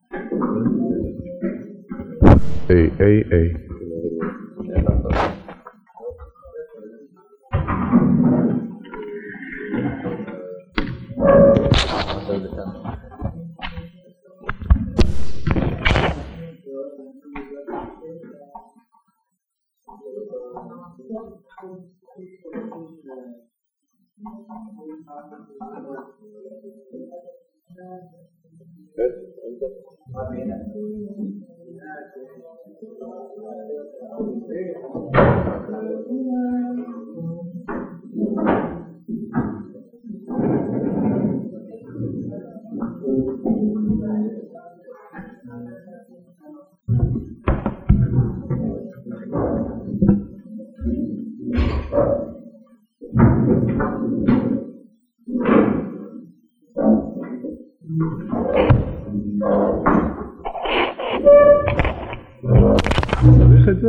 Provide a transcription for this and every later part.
צריך את זה?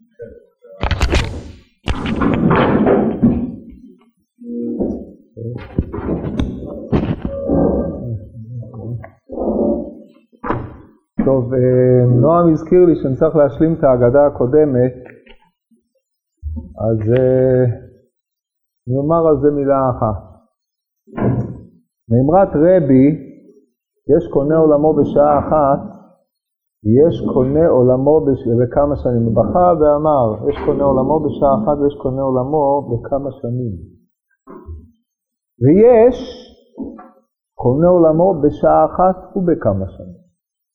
טוב, נועם הזכיר לי שאני צריך להשלים את ההגדה הקודמת, אז אני אומר על זה מילה אחת. מאמרת רבי, יש קונה עולמו בשעה אחת, יש קונה עולמו בכמה שנים. בכה ואמר, יש קונה עולמו בשעה אחת ויש קונה עולמו בכמה שנים. ויש קונה עולמו בשעה אחת ובכמה שנים.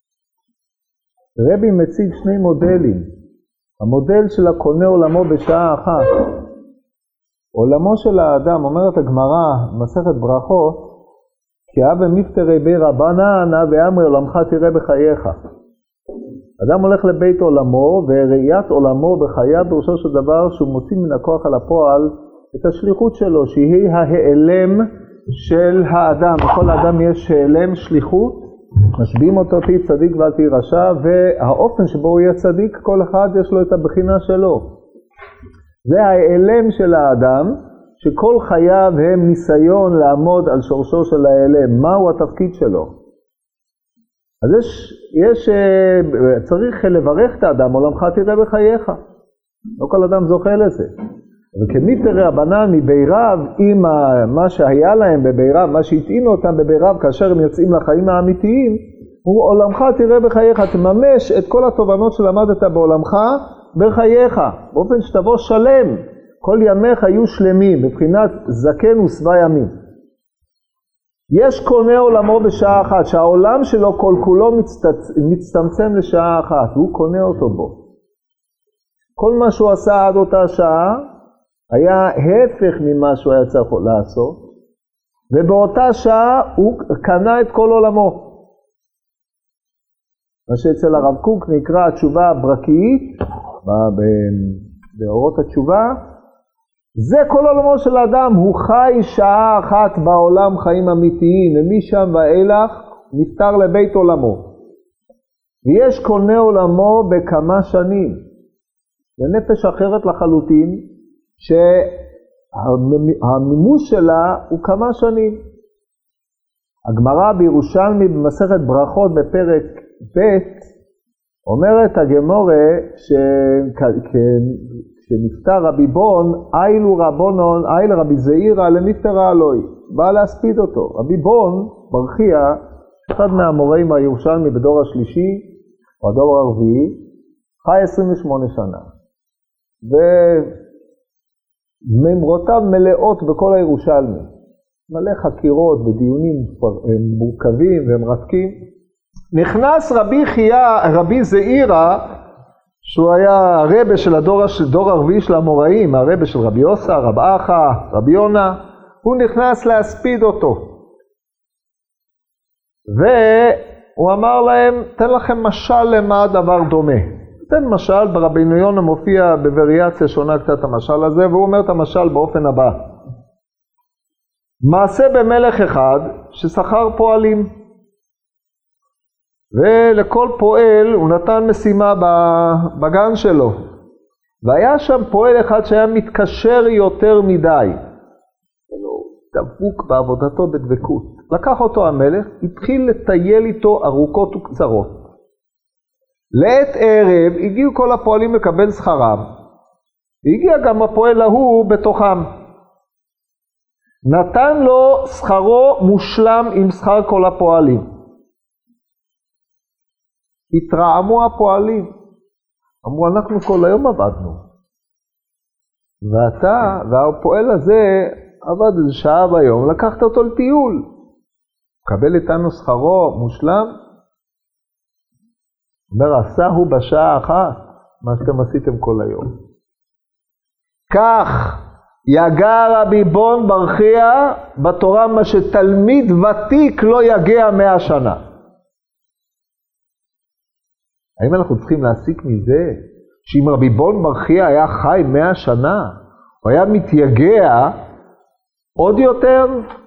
רבי מציג שני מודלים. המודל של הקונה עולמו בשעה אחת. עולמו של האדם, אומרת הגמרא, מסכת ברכות, כי אבא מפטרי בי רבנן, ואמרי עולמך תראה בחייך. אדם הולך לבית עולמו, וראיית עולמו בחייו בראשו של דבר שהוא מוציא מן הכוח על הפועל את השליחות שלו, שהיא ההיעלם של האדם. בכל האדם יש העלם שליחות, משביעים אותו תהי צדיק ואל תהי רשע, והאופן שבו הוא יהיה צדיק, כל אחד יש לו את הבחינה שלו. זה ההיעלם של האדם, שכל חייו הם ניסיון לעמוד על שורשו של ההיעלם. מהו התפקיד שלו? אז צריך לברך את האדם, עולמך תראה בחייך. לא כל אדם זוכה לזה. וכמפטרי רבנן מביריו, עם מה שהיה להם בביריו, מה שהתאינו אותם בביריו, כאשר הם יוצאים לחיים האמיתיים, הוא עולמך תראה בחייך, תממש את כל התובנות שלמדת בעולמך בחייך, באופן שתבוא שלם, כל ימיך יהיו שלמים, בבחינת זקן ושבע ימים. יש קונה עולמו בשעה אחת, שהעולם שלו כל כולו מצטמצם לשעה אחת, הוא קונה אותו בו. כל מה שהוא עשה עד אותה שעה, היה הפך ממה שהוא היה צריך לעשות, ובאותה שעה הוא קנה את כל עולמו. מה שאצל הרב קוק נקרא התשובה הברקאית, באורות התשובה, זה כל עולמו של האדם, הוא חי שעה אחת בעולם חיים אמיתיים, ומשם ואילך נפטר לבית עולמו. ויש קונה עולמו בכמה שנים, לנפש אחרת לחלוטין, שהמימוש שלה הוא כמה שנים. הגמרא בירושלמי במסכת ברכות בפרק ב' אומרת הגמורה שנפטר רבי בון, איל רבי זעירא למפטרה אלוהי, בא להספיד אותו. רבי בון ברכיה, אחד מהמוראים הירושלמי בדור השלישי או הדור הרביעי, חי 28 שנה. וממרותיו מלאות בכל הירושלמי, מלא חקירות ודיונים מורכבים ומרתקים. נכנס רבי זעירא, שהוא היה הרבה של הדור הרביעי של המוראים, הרבה של רבי יוסה, רב אחא, רבי יונה, הוא נכנס להספיד אותו. והוא אמר להם, תן לכם משל למה הדבר דומה. תן משל, ברבינו יונה מופיע בווריאציה שונה קצת המשל הזה, והוא אומר את המשל באופן הבא. מעשה במלך אחד ששכר פועלים, ולכל פועל הוא נתן משימה בגן שלו. והיה שם פועל אחד שהיה מתקשר יותר מדי. דבוק בעבודתו בדבקות. לקח אותו המלך, התחיל לטייל איתו ארוכות וקצרות. לעת ערב הגיעו כל הפועלים לקבל שכרם, והגיע גם הפועל ההוא בתוכם. נתן לו שכרו מושלם עם שכר כל הפועלים. התרעמו הפועלים, אמרו אנחנו כל היום עבדנו, והפועל הזה עבד איזה שעה ביום, לקחת אותו לטיול, קבל איתנו שכרו מושלם. אומר, עשה הוא בשעה אחת מה שאתם עשיתם כל היום. כך יגע רבי בון בר חייא בתורה מה שתלמיד ותיק לא יגיע 100 שנה. האם אנחנו צריכים להסיק מזה שאם רבי בון בר חייא היה חי 100 שנה, הוא היה מתייגע עוד יותר?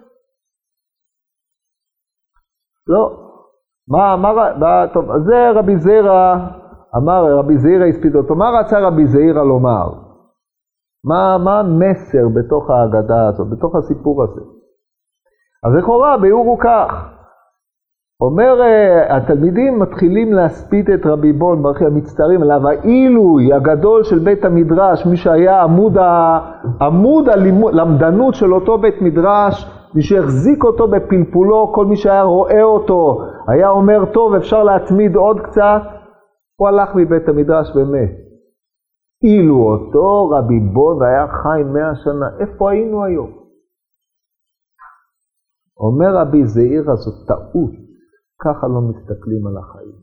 לא. טוב, אז זה רבי זעירא אמר, רבי זעירא הספיד אותו. מה רצה רבי זעירא לומר? מה המסר בתוך ההגדה הזאת, בתוך הסיפור הזה? אז לכאורה ביאור הוא כך. אומר, התלמידים מתחילים להספיד את רבי בון בר חייא, מצטערים עליו, העילוי הגדול של בית המדרש, מי שהיה עמוד הלמדנות של אותו בית מדרש, מי שהחזיק אותו בפלפולו, כל מי שהיה רואה אותו, היה אומר, טוב, אפשר להתמיד עוד קצת, הוא הלך מבית המדרש באמת. אילו אותו רבי בון היה חי 100 שנה, איפה היינו היום? אומר רבי זעירא, זאת טעות, ככה לא מסתכלים על החיים.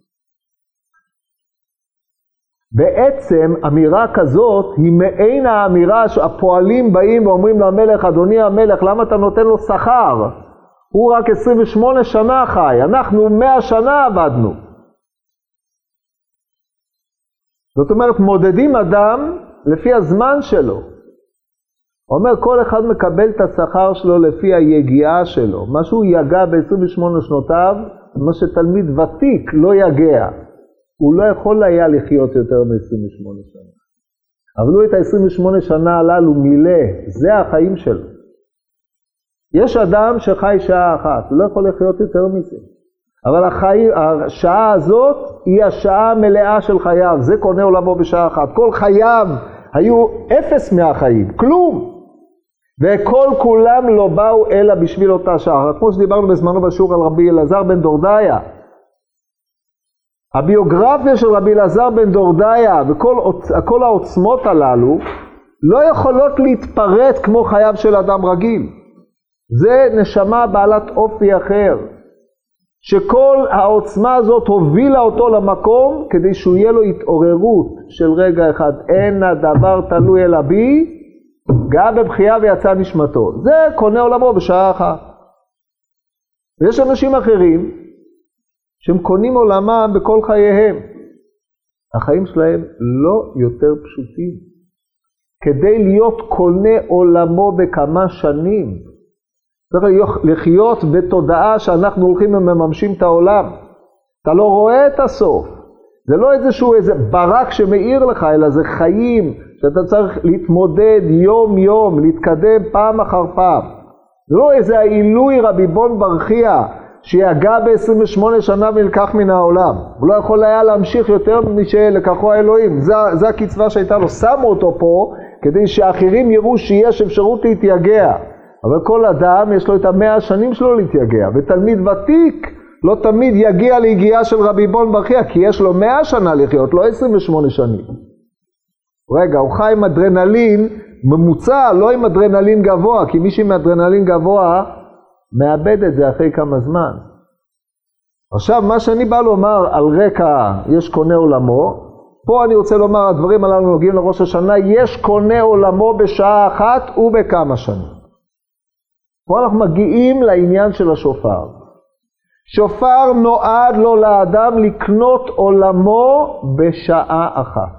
בעצם אמירה כזאת היא מעין האמירה שהפועלים באים ואומרים למלך, אדוני המלך, למה אתה נותן לו שכר? הוא רק 28 שנה חי, אנחנו 100 שנה עבדנו. זאת אומרת, מודדים אדם לפי הזמן שלו. אומר, כל אחד מקבל את השכר שלו לפי היגיעה שלו. מה שהוא יגע ב-28 שנותיו, מה שתלמיד ותיק לא יגע. הוא לא יכול היה לחיות יותר מ-28 שנה. אבל הוא את ה-28 שנה הללו מילא, זה החיים שלו. יש אדם שחי שעה אחת, הוא לא יכול לחיות יותר מזה. אבל השעה הזאת היא השעה המלאה של חייו, זה קונה עולמו בשעה אחת. כל חייו היו 0 מהחיים, כלום. וכל כולם לא באו אלא בשביל אותה שעה. כמו שדיברנו בזמנו בשיעור על רבי אלעזר בן דורדיה. הביוגרפיה של רבי אלעזר בן דורדיה וכל העוצמות הללו לא יכולות להתפרט כמו חייו של אדם רגיל. זה נשמה בעלת אופי אחר. שכל העוצמה הזאת הובילה אותו למקום כדי שהוא יהיה לו התעוררות של רגע אחד. אין הדבר תלוי אלא בי, גאה בבכייה ויצא נשמתו. זה קונה עולמו בשעה אחת. ויש אנשים אחרים שהם קונים עולמם בכל חייהם. החיים שלהם לא יותר פשוטים. כדי להיות קונה עולמו בכמה שנים, צריך לחיות בתודעה שאנחנו הולכים ומממשים את העולם. אתה לא רואה את הסוף. זה לא איזה ברק שמאיר לך, אלא זה חיים שאתה צריך להתמודד יום יום, להתקדם פעם אחר פעם. זה לא איזה העילוי רבי בון בר חייא שיגע ב-28 שנה ונלקח מן העולם. הוא לא יכול היה להמשיך יותר משלקחו האלוהים. זה הקצבה שהייתה לו. שמו אותו פה כדי שאחרים יראו שיש אפשרות להתייגע. אבל כל אדם יש לו את 100 שנים שלו להתייגע. ותלמיד ותיק לא תמיד יגיע להגיעה של רבי בון בר חייא, כי יש לו 100 שנה לחיות, לא 28 שנים. רגע, הוא חי עם אדרנלין ממוצע, לא עם אדרנלין גבוה, כי מי שעם אדרנלין גבוה מאבד את זה אחרי כמה זמן. עכשיו, מה שאני בא לומר על רקע יש קונה עולמו, פה אני רוצה לומר, הדברים הללו נוגעים לראש השנה, יש קונה עולמו בשעה אחת ובכמה שנים. פה אנחנו מגיעים לעניין של השופר. שופר נועד לו לאדם לקנות עולמו בשעה אחת.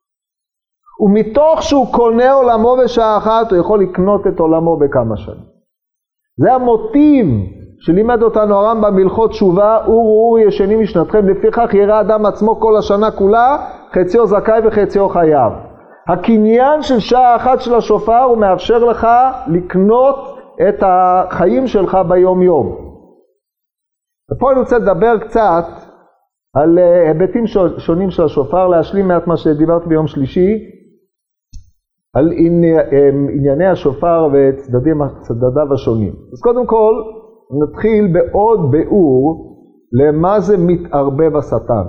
ומתוך שהוא קונה עולמו בשעה אחת, הוא יכול לקנות את עולמו בכמה שנים. זה המוטיב שלימד אותנו הרמב"ם בהלכות תשובה, אורו ישנים משנתכם, לפיכך יראה אדם עצמו כל השנה כולה, חציו זכאי וחציו חייב. הקניין של שעה אחת של השופר הוא מאפשר לך לקנות את החיים שלך ביום יום. ופה אני רוצה לדבר קצת על היבטים שונים של השופר, להשלים מעט מה שדיברתי ביום שלישי, על ענייני השופר וצדדיו השונים. אז קודם כל נתחיל בעוד ביאור למה זה מתערבב השטן.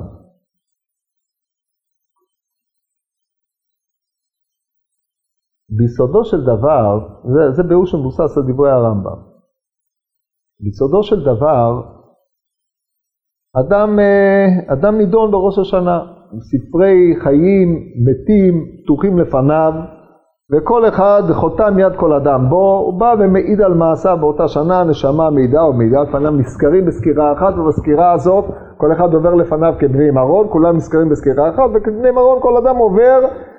ביסודו של דבר, זה ביאור שמבוסס על דברי הרמב"ם. ביסודו של דבר, אדם נידון בראש השנה, ספרי חיים מתים פתוחים לפניו, וכל אחד חותם יד כל אדם בו, הוא בא ומעיד על מעשיו באותה שנה, נשמה מעידה או מעידה לפניו, נזכרים בסקירה אחת, ובסקירה הזאת כל אחד עובר לפניו כבני מרון, כולם נזכרים בסקירה אחת, וכבני מרון כל אדם עובר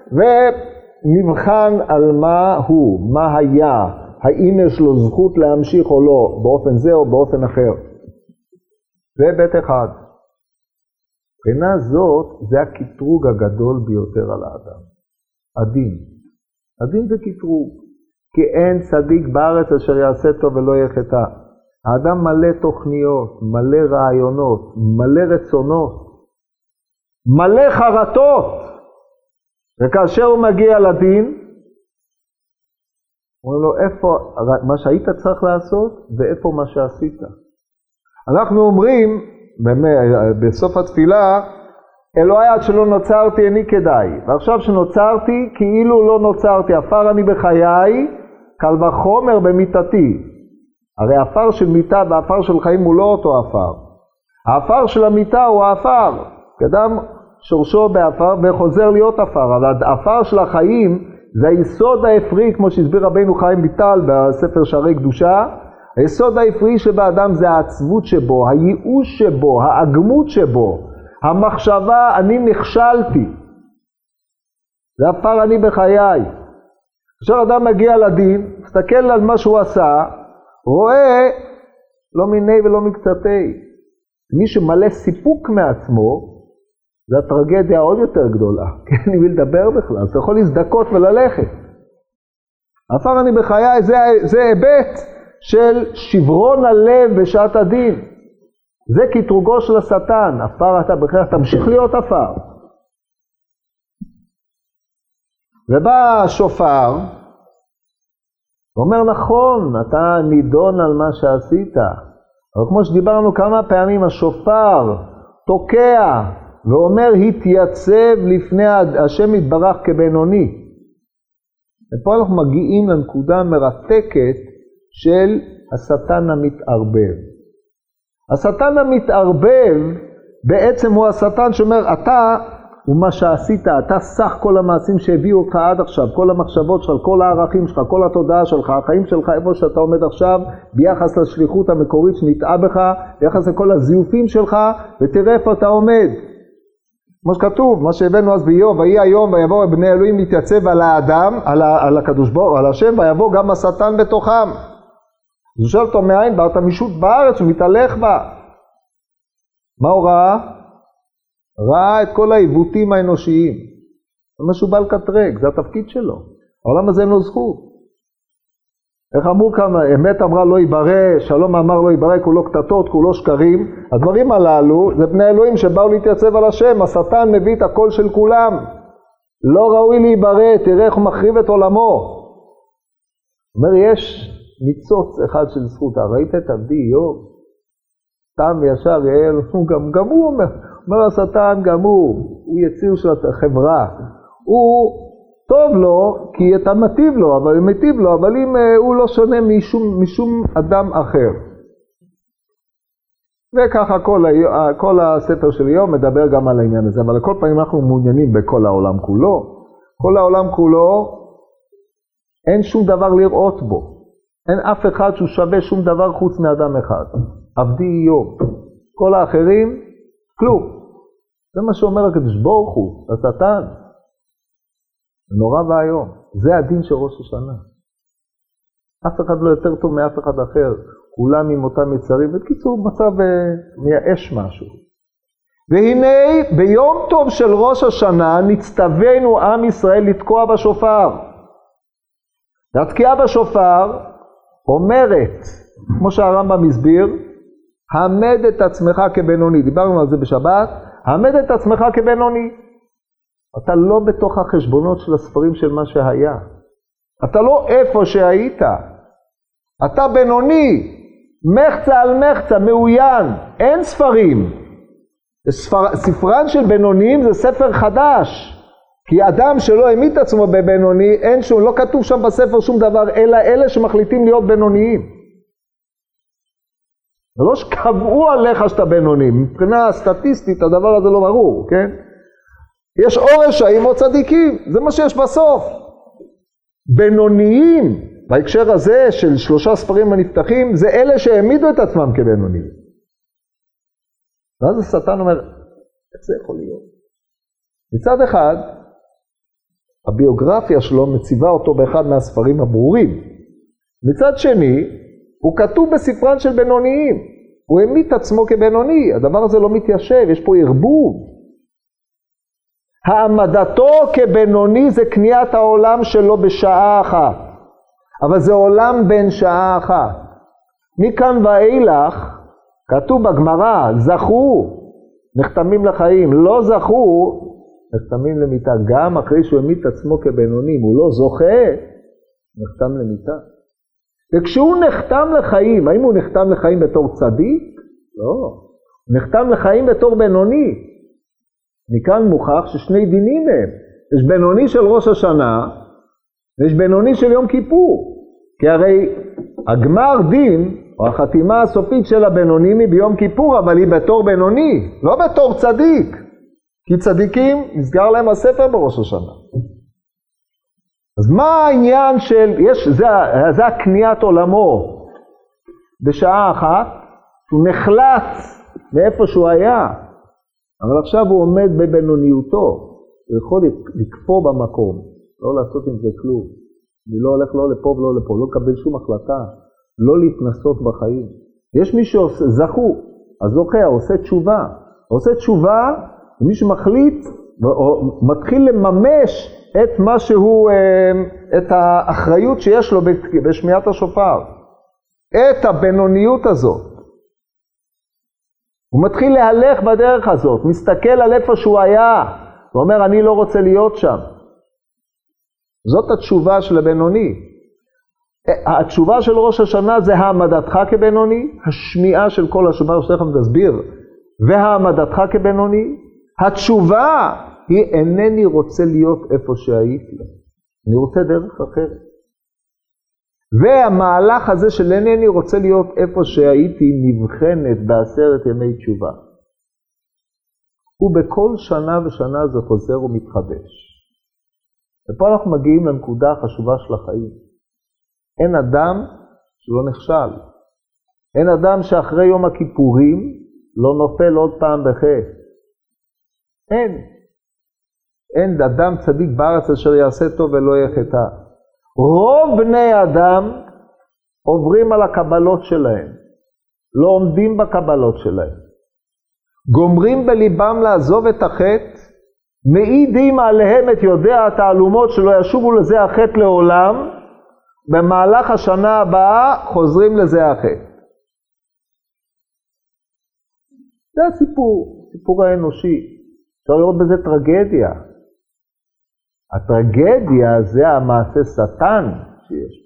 ונבחן על מה הוא, מה היה, האם יש לו זכות להמשיך או לא, באופן זה או באופן אחר. זה בית אחד. מבחינה זאת, זה הקטרוג הגדול ביותר על האדם. הדין. הדין זה קטרוג. כי אין צדיק בארץ אשר יעשה טוב ולא יחטא. האדם מלא תוכניות, מלא רעיונות, מלא רצונות, מלא חרטות. וכאשר הוא מגיע לדין, הוא אומר לו, איפה מה שהיית צריך לעשות ואיפה מה שעשית. אנחנו אומרים, בסוף התפילה, אלוהי עד שלא נוצרתי איני כדאי. ועכשיו שנוצרתי, כאילו לא נוצרתי, עפר אני בחיי, קל וחומר במיתתי. הרי עפר של מיתה והעפר של חיים הוא לא אותו עפר. העפר של המיתה הוא העפר. אדם שורשו בעפר וחוזר להיות עפר. אבל העפר של החיים זה היסוד האפרי, כמו שהסביר רבינו חיים ויטל בספר שערי קדושה. היסוד האפרי שבאדם זה העצבות שבו, הייאוש שבו, האגמות שבו, המחשבה אני נכשלתי. זה עפר אני בחיי. עכשיו אדם מגיע לדין, מסתכל על מה שהוא עשה, רואה לא מיני ולא מקצתי. מי שמלא סיפוק מעצמו, זה הטרגדיה עוד יותר גדולה. כי אני will לדבר בכלל, אתה יכול להזדקות וללכת. עפר אני בחיי זה היבט של שברון הלב בשעת הדין. זה קטרוגו של השטן. עפר אתה בחיי, תמשיך להיות עפר. ובא השופר, ואומר נכון, אתה נידון על מה שעשית. אבל כמו שדיברנו כמה פעמים, השופר תוקע ואומר התייצב לפני השם יתברך כבינוני. ופה אנחנו מגיעים לנקודה מרתקת של השטן המתערבב. השטן המתערבב בעצם הוא השטן שאומר אתה ומה שעשית, אתה סך כל המעשים שהביאו אותך עד עכשיו, כל המחשבות שלך, כל הערכים שלך, כל התודעה שלך, החיים שלך, איפה שאתה עומד עכשיו, ביחס לשליחות המקורית שנטעה בך, ביחס לכל הזיופים שלך, ותראה איפה אתה עומד. כמו שכתוב, מה שהבאנו אז באיוב, ויהי היום ויבוא בני אלוהים להתייצב על האדם, על הקדוש ברוך הוא, על השם, ויבוא גם השטן בתוכם. אז הוא שואל אותו מאין באת משוט בארץ, הוא מתהלך בה. מה הוא ראה? ראה את כל העיוותים האנושיים. זה משהו בא לקטרג, זה התפקיד שלו. העולם הזה אין לו זכות. איך אמרו כמה, אמת אמרה לא יברא, שלום אמר לא יברא, כולו קטטות, כולו שקרים. הדברים הללו זה בני אלוהים שבאו להתייצב על השם. השטן מביא את הכל של כולם. לא ראוי להיברא, תראה איך הוא מחריב את עולמו. אומר, יש ניצוץ אחד של זכות. ראית את עבדי איוב? תם וישר יעל, גם הוא אומר השטן, גם הוא יציר של החברה. הוא טוב לו כי אתה מטיב לו, אבל אם הוא לא שונה משום אדם אחר. וככה כל הספר של איוב מדבר גם על העניין הזה, אבל לכל פעמים אנחנו מעוניינים בכל העולם כולו. כל העולם כולו אין שום דבר לראות בו. אין אף אחד שהוא שווה שום דבר חוץ מאדם אחד. עבדי איוב. כל האחרים, כלום. זה מה שאומר הקדוש ברוך הוא, השטן. נורא והיום. זה הדין של ראש השנה. אף אחד לא יותר טוב מאף אחד אחר. כולם עם אותם יצרים. בקיצור, מצב מייאש משהו. והנה, ביום טוב של ראש השנה, נצטווינו עם ישראל לתקוע בשופר. התקיעה בשופר אומרת, כמו שהרמב"ם מסביר, המד את עצמך כבינוני. דיברנו על זה בשבת. העמד את עצמך כבינוני. אתה לא בתוך החשבונות של הספרים של מה שהיה. אתה לא איפה שהיית. אתה בינוני, מחצה על מחצה, מאוין, אין ספרים. ספרן של בינוניים זה ספר חדש. כי אדם שלא העמיד את עצמו בבינוני, אין שום, לא כתוב שם בספר שום דבר, אלא אלה שמחליטים להיות בינוניים. זה לא שקבעו עליך שאתה בינוני, מבחינה סטטיסטית הדבר הזה לא ברור, כן? יש או רשעים או צדיקים, זה מה שיש בסוף. בינוניים, בהקשר הזה של 3 ספרים הנפתחים, זה אלה שהעמידו את עצמם כבינוניים. ואז השטן אומר, איך זה יכול להיות? מצד אחד, הביוגרפיה שלו מציבה אותו באחד מהספרים הברורים. מצד שני, הוא כתוב בספרן של בינוניים. הוא העמיד את עצמו כבינוני. הדבר הזה לא מתיישב, יש פה ערבוב. העמדתו כבינוני זה קניית העולם שלו בשעה אחת. אבל זה עולם בין שעה אחת. מכאן ואילך, כתוב בגמרא, זכו, נחתמים לחיים. לא זכו, נחתמים למיטה. גם אחרי שהוא העמיד את עצמו כבינוני, הוא לא זוכה, נחתם למיטה. וכשהוא נחתם לחיים, האם הוא נחתם לחיים בתור צדיק? לא. הוא נחתם לחיים בתור בינוני. מכאן מוכח ששני דינים הם. יש בינוני של ראש השנה, ויש בינוני של יום כיפור. כי הרי הגמר דין, או החתימה הסופית של הבינונים היא ביום כיפור, אבל היא בתור בינוני, לא בתור צדיק. כי צדיקים, נסגר להם הספר בראש השנה. אז מה העניין של, זה הקניית עולמו בשעה אחת, הוא נחלץ מאיפה שהוא היה, אבל עכשיו הוא עומד בבינוניותו, הוא יכול לקפוא במקום, לא לעשות עם זה כלום, אני לא הולך לא לפה ולא לפה, לא לקבל שום החלטה, לא להתנסות בחיים. יש מי שזכו, הזוכה עושה תשובה, עושה תשובה, ומי שמחליט, או מתחיל לממש את מה שהוא, את האחריות שיש לו בשמיעת השופר. את הבינוניות הזאת. הוא מתחיל להלך בדרך הזאת, מסתכל על איפה שהוא היה, ואומר אני לא רוצה להיות שם. זאת התשובה של הבינוני. התשובה של ראש השנה זה העמדתך כבינוני, השמיעה של כל השופר שתכף תסביר, והעמדתך כבינוני. התשובה היא אינני רוצה להיות איפה שהייתי, אני רוצה דרך אחרת. והמהלך הזה של אינני רוצה להיות איפה שהייתי נבחנת ב10 ימי תשובה. ובכל שנה ושנה זה חוזר ומתחדש. ופה אנחנו מגיעים לנקודה החשובה של החיים. אין אדם שלא נכשל. אין אדם שאחרי יום הכיפורים לא נופל עוד פעם בחטא. אין אדם צדיק בארץ אשר יעשה טוב ולא יחטא. רוב בני אדם עוברים על הקבלות שלהם, לא עומדים בקבלות שלהם, גומרים בליבם לעזוב את החטא, מעידים עליהם את יודע התעלומות שלא ישובו לזה החטא לעולם, במהלך השנה הבאה חוזרים לזה החטא. זה הסיפור האנושי. אפשר לראות בזה טרגדיה. הטרגדיה זה המעשה שטן שיש.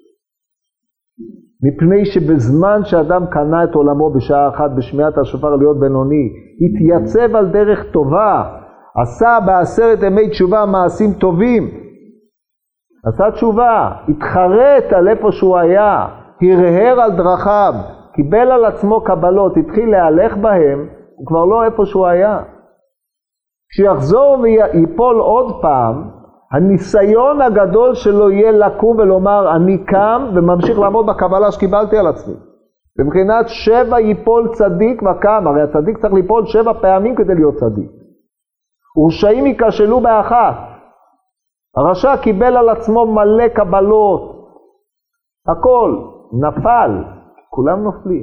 מפני שבזמן שאדם קנה את עולמו בשעה אחת בשמיעת השופר להיות בינוני, התייצב על דרך טובה, עשה ב10 ימי תשובה מעשים טובים, עשה תשובה, התחרט על איפה שהוא היה, הרהר על דרכיו, קיבל על עצמו קבלות, התחיל להלך בהם, הוא כבר לא איפה שהוא היה. כשיחזור ויפול עוד פעם, הניסיון הגדול שלו יהיה לקום ולומר אני קם וממשיך לעמוד בקבלה שקיבלתי על עצמי. מבחינת 7 ייפול צדיק וקם, הרי הצדיק צריך ליפול 7 פעמים כדי להיות צדיק. ורשעים ייכשלו באחת. הרשע קיבל על עצמו מלא קבלות, הכל נפל, כולם נופלים.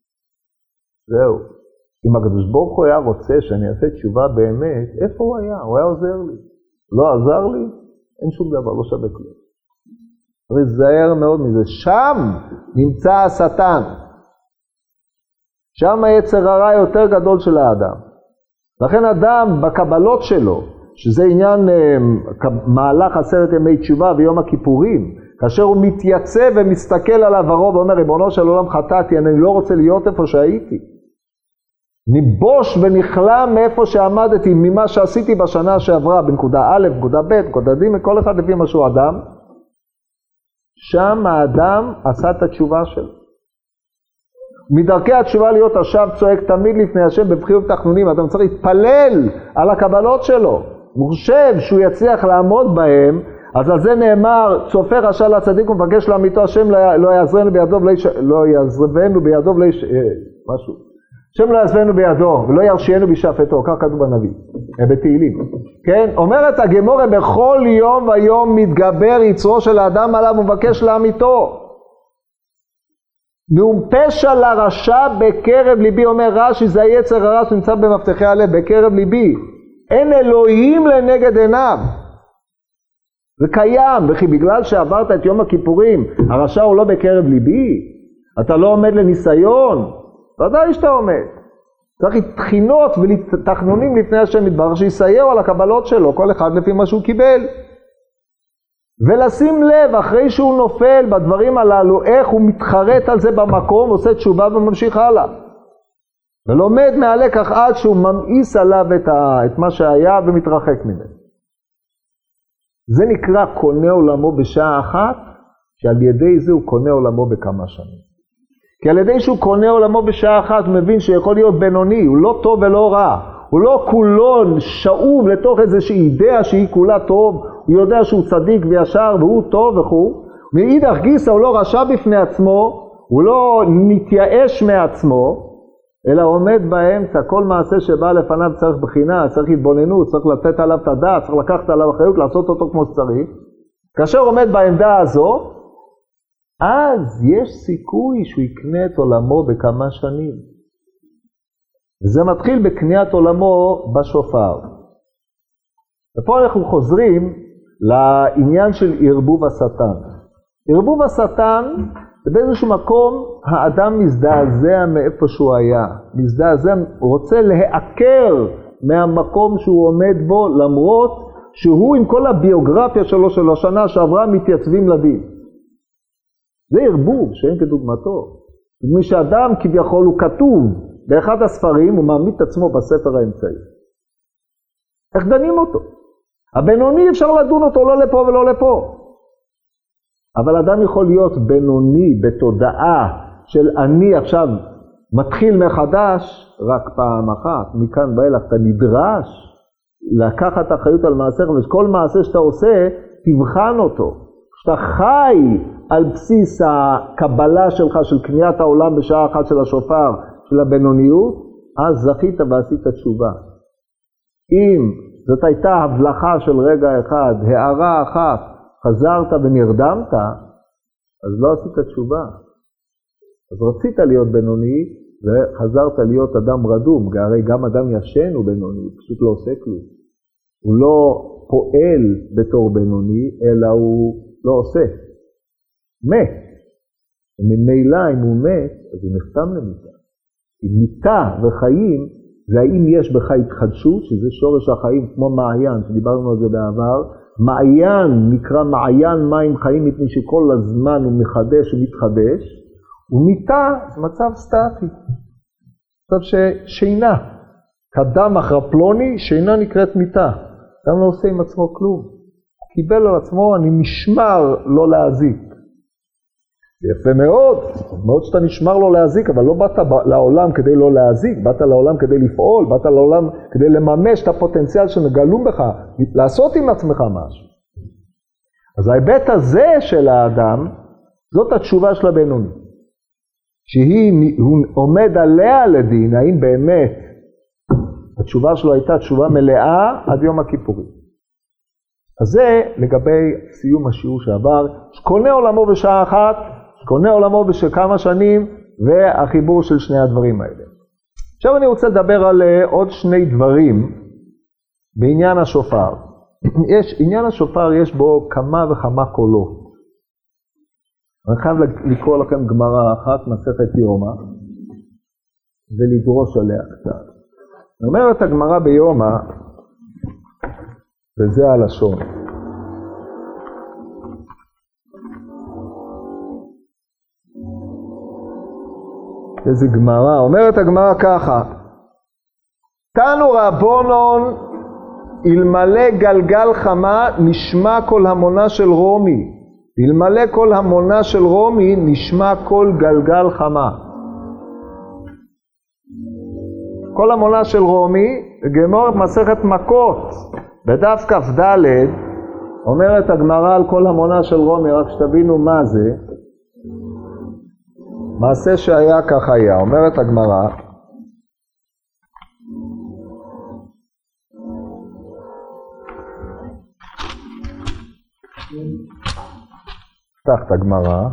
זהו. אם הקדוש ברוך הוא היה רוצה שאני אעשה תשובה באמת, איפה הוא היה? הוא היה עוזר לי. לא עזר לי, אין שום דבר, לא שווה כלום. צריך להיזהר מאוד מזה. שם נמצא השטן. שם היצר הרע יותר גדול של האדם. לכן אדם בקבלות שלו, שזה עניין מהלך 10 ימי תשובה ויום הכיפורים, כאשר הוא מתייצב ומסתכל על עברו ואומר, ריבונו של עולם חטאתי, אני לא רוצה להיות איפה שהייתי. ניבוש ונכלה מאיפה שעמדתי, ממה שעשיתי בשנה שעברה, בנקודה א', נקודה ב', נקודה ד', כל אחד לפי משהו אדם. שם האדם עשה את התשובה שלו. מדרכי התשובה להיות השב צועק תמיד לפני השם בבחיות תחנונים, אדם צריך להתפלל על הקבלות שלו. הוא חושב שהוא יצליח לעמוד בהם, אז על זה נאמר, צופה רשע לצדיק ומבקש לעמיתו, השם לא יעזרנו בידו משהו. השם לא יעזבנו בידו ולא ירשיענו בשעפתו, כך כתוב בנביא, בתהילים. כן? אומרת הגמורה, בכל יום ויום מתגבר יצרו של האדם עליו ומבקש לעמיתו. נאום פשע לרשע בקרב ליבי, אומר רש"י, זה היצר הרע שנמצא במפתחי הלב, בקרב ליבי. אין אלוהים לנגד עיניו. זה קיים, וכי בגלל שעברת את יום הכיפורים, הרשע הוא לא בקרב ליבי, אתה לא עומד לניסיון, ודאי שאתה עומד. צריך תחינות ותחנונים לפני השם יתברך, שיסייעו על הקבלות שלו, כל אחד לפי מה שהוא קיבל. ולשים לב, אחרי שהוא נופל בדברים הללו, איך הוא מתחרט על זה במקום, עושה תשובה וממשיך הלאה. ולומד מהלקח עד שהוא ממאיס עליו את מה שהיה ומתרחק ממנו. זה נקרא קונה עולמו בשעה אחת, שעל ידי זה הוא קונה עולמו בכמה שנים. כי על ידי שהוא קונה עולמו בשעה אחת, הוא מבין שיכול להיות בינוני, הוא לא טוב ולא רע. הוא לא כולו שאוב לתוך איזושהי אידאה שהיא כולה טוב, הוא יודע שהוא צדיק וישר והוא טוב וכו'. מאידך גיסא הוא לא רשע בפני עצמו, הוא לא מתייאש מעצמו, אלא עומד באמצע, כל מעשה שבא לפניו צריך בחינה, צריך התבוננות, צריך לתת עליו את הדעת, צריך לקחת עליו אחריות, לעשות אותו כמו שצריך. כאשר עומד בעמדה הזו, אז יש סיכוי שהוא יקנה את עולמו בכמה שנים. וזה מתחיל בקניית עולמו בשופר. ופה אנחנו חוזרים לעניין של ערבוב השטן. ערבוב השטן זה באיזשהו מקום האדם מזדעזע מאיפה שהוא היה. מזדעזע, הוא רוצה להיעקר מהמקום שהוא עומד בו, למרות שהוא עם כל הביוגרפיה שלו של השנה שעברה מתייצבים לדין. זה ערבוב שאין כדוגמתו. מי שאדם כביכול הוא כתוב באחד הספרים, הוא מעמיד את עצמו בספר האמצעי. איך דנים אותו? הבינוני אפשר לדון אותו לא לפה ולא לפה. אבל אדם יכול להיות בינוני בתודעה של אני עכשיו מתחיל מחדש רק פעם אחת. מכאן ואילך אתה נדרש לקחת אחריות על מעשיך, וכל מעשה שאתה עושה תבחן אותו. כשאתה חי על בסיס הקבלה שלך של קניית העולם בשעה אחת של השופר של הבינוניות, אז זכית ועשית תשובה. אם זאת הייתה הבלחה של רגע אחד, הערה אחת, חזרת ונרדמת, אז לא עשית תשובה. אז רצית להיות בינוני וחזרת להיות אדם רדום, הרי גם אדם ישן הוא בינוני, הוא פשוט לא עושה כלום. הוא לא פועל בתור בינוני, אלא הוא לא עושה. מת. וממילא אם הוא מת, אז הוא נחתם למיטה. אם מיטה וחיים, זה האם יש בך התחדשות, שזה שורש החיים כמו מעיין, שדיברנו על זה בעבר. מעיין נקרא מעיין מים חיים, מפני שכל הזמן הוא מחדש ומתחדש. ומיטה זה מצב סטטי. מצב ששינה. קדם אחר פלוני, שינה נקראת מיטה. גם לא עושה עם עצמו כלום. קיבל על עצמו, אני נשמר לא להזיק. יפה מאוד, מאוד שאתה נשמר לא להזיק, אבל לא באת לעולם כדי לא להזיק, באת לעולם כדי לפעול, באת לעולם כדי לממש את הפוטנציאל שמגלום בך, לעשות עם עצמך משהו. אז ההיבט הזה של האדם, זאת התשובה של הבינוני. שהוא עומד עליה לדין, האם באמת התשובה שלו הייתה תשובה מלאה עד יום הכיפורים. אז זה לגבי סיום השיעור שעבר, שקונה עולמו בשעה אחת, שקונה עולמו בכמה שנים, והחיבור של שני הדברים האלה. עכשיו אני רוצה לדבר על עוד שני דברים בעניין השופר. עניין השופר יש בו כמה וכמה קולות. אני חייב לקרוא לכם גמרא אחת, מסכת יומא, ולדרוש עליה קצת. אומרת הגמרא ביומא, וזה הלשון. איזה גמרא, אומרת הגמרא ככה, תנו רבונון אלמלא גלגל חמה נשמע כל המונה של רומי, אלמלא כל המונה של רומי נשמע כל גלגל חמה. כל המונה של רומי, גמור מסכת מכות, בדף כ"ד, אומרת הגמרא על כל המונה של רומי, רק שתבינו מה זה, מעשה שהיה כך היה, אומרת הגמרא, פתח את הגמרא,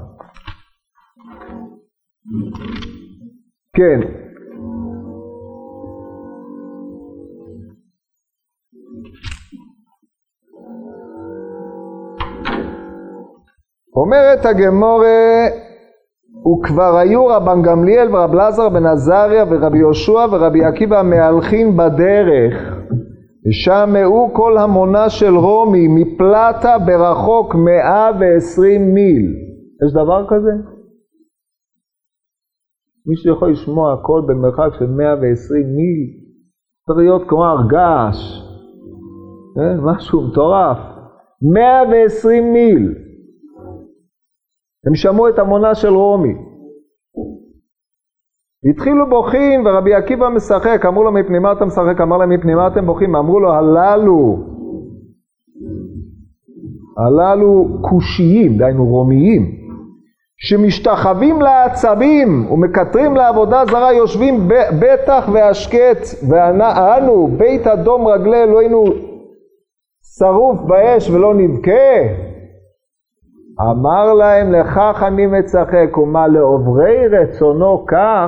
כן, אומרת הגמורה, וכבר היו רבן גמליאל ורב אלעזר בן עזריה ורבי יהושע ורבי עקיבא מהלכין בדרך, ושמעו כל המונה של רומי מפלטה ברחוק 120 מיל. יש דבר כזה? מישהו יכול לשמוע הכל במרחק של 120 מיל? צריך להיות כמו הרגש, משהו מטורף. 120 מיל. הם שמעו את המונה של רומי. התחילו בוכים ורבי עקיבא משחק, אמרו לו מפני מה אתה משחק? אמר להם מפני מה אתם בוכים? אמרו לו הללו קושיים, דיינו רומיים, שמשתחווים לעצבים ומקטרים לעבודה זרה, יושבים בטח והשקט, ואנו בית אדום רגלי אלוהינו שרוף באש ולא נבכה. אמר להם לכך אני מצחק, ומה לעוברי רצונו כך,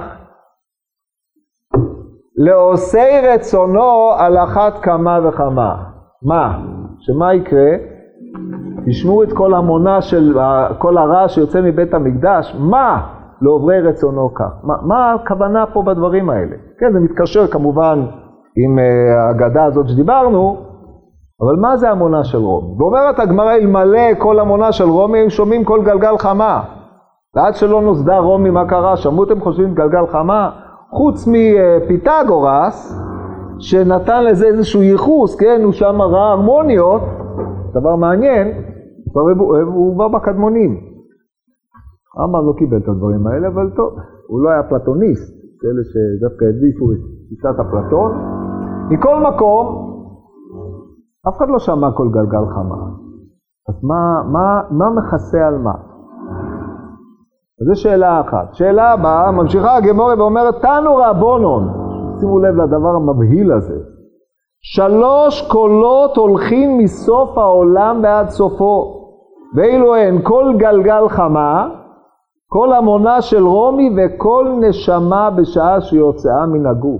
לעושי רצונו על אחת כמה וכמה. מה? שמה יקרה? תשמעו את כל המונה של כל הרע שיוצא מבית המקדש, מה לעוברי רצונו כך? מה הכוונה פה בדברים האלה? כן, זה מתקשר כמובן עם ההגדה הזאת שדיברנו, אבל מה זה המונה של רומי? ואומרת הגמרא, אלמלא כל המונה של רומי, הם שומעים כל גלגל חמה. ועד שלא נוסדה רומי, מה קרה? שמעו אתם חושבים גלגל חמה? חוץ מפיתגורס, שנתן לזה איזשהו ייחוס, כן? הוא שם ראה הרמוניות, דבר מעניין, הוא בא בקדמונים. אמן לא קיבל את הדברים האלה, אבל טוב, הוא לא היה פלטוניסט, כאלה שדווקא הדליפו את תפיסת אפלטון. מכל מקום, אף אחד לא שמע כל גלגל חמה. אז מה מכסה על מה? אז זו שאלה אחת. שאלה הבאה, ממשיכה הגמורה ואומרת, תנו רבונון, שימו לב לדבר המבהיל הזה, 3 קולות הולכים מסוף העולם ועד סופו, ואילו הן כל גלגל חמה, כל המונה של רומי וכל נשמה בשעה שיוצאה מן הגוף.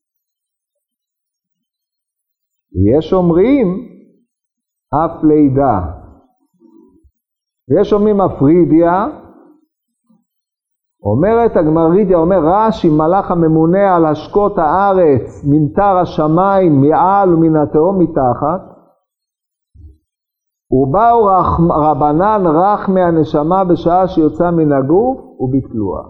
יש אומרים אף לידה, ויש אומרים אפרידיה. אומרת הגמרידיה, אומר רש"י, מלאך הממונה על השקות הארץ, ממטר השמיים, מעל ומן התהום מתחת, ובאו רבנן רך מהנשמה בשעה שיוצא מן הגוף וביטלוה.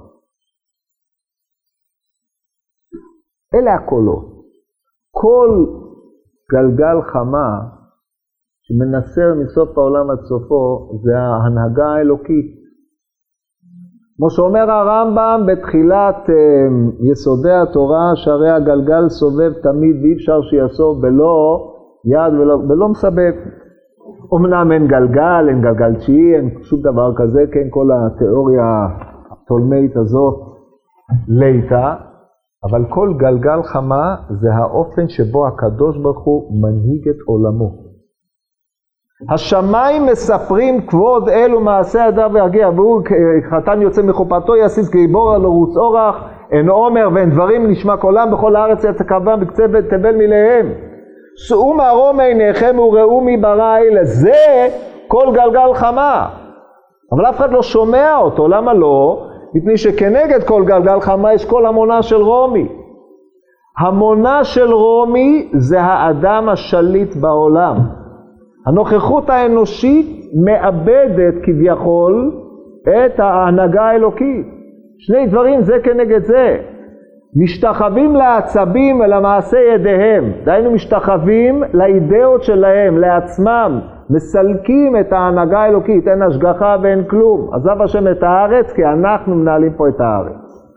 אלה הקולות. כל גלגל חמה שמנסר מסוף העולם עד סופו, זה ההנהגה האלוקית. כמו שאומר הרמב"ם בתחילת יסודי התורה, שהרי הגלגל סובב תמיד ואי אפשר שיסוב בלא יד ולא מסבב. אמנם אין גלגל, אין גלגל תשיעי, אין שום דבר כזה, כן, כל התיאוריה התולמית הזאת ליטה, אבל כל גלגל חמה זה האופן שבו הקדוש ברוך הוא מנהיג את עולמו. השמיים מספרים כבוד אלו מעשה אדם ויגיע, והוא חתן יוצא מחופתו יסיס גיבור על ערוץ אורח, אין עומר ואין דברים נשמע קולם בכל הארץ יצקבם בקצה תבל מלאהם. שאו מערום עיניכם וראו מי ברא אלה, זה כל גלגל חמה. אבל אף אחד לא שומע אותו, למה לא? מפני שכנגד כל גלגל חמה יש כל המונה של רומי. המונה של רומי זה האדם השליט בעולם. הנוכחות האנושית מאבדת כביכול את ההנהגה האלוקית. שני דברים זה כנגד זה. משתחווים לעצבים ולמעשה ידיהם. דהיינו משתחווים לאידאות שלהם, לעצמם. מסלקים את ההנהגה האלוקית, אין השגחה ואין כלום. עזב השם את הארץ כי אנחנו מנהלים פה את הארץ.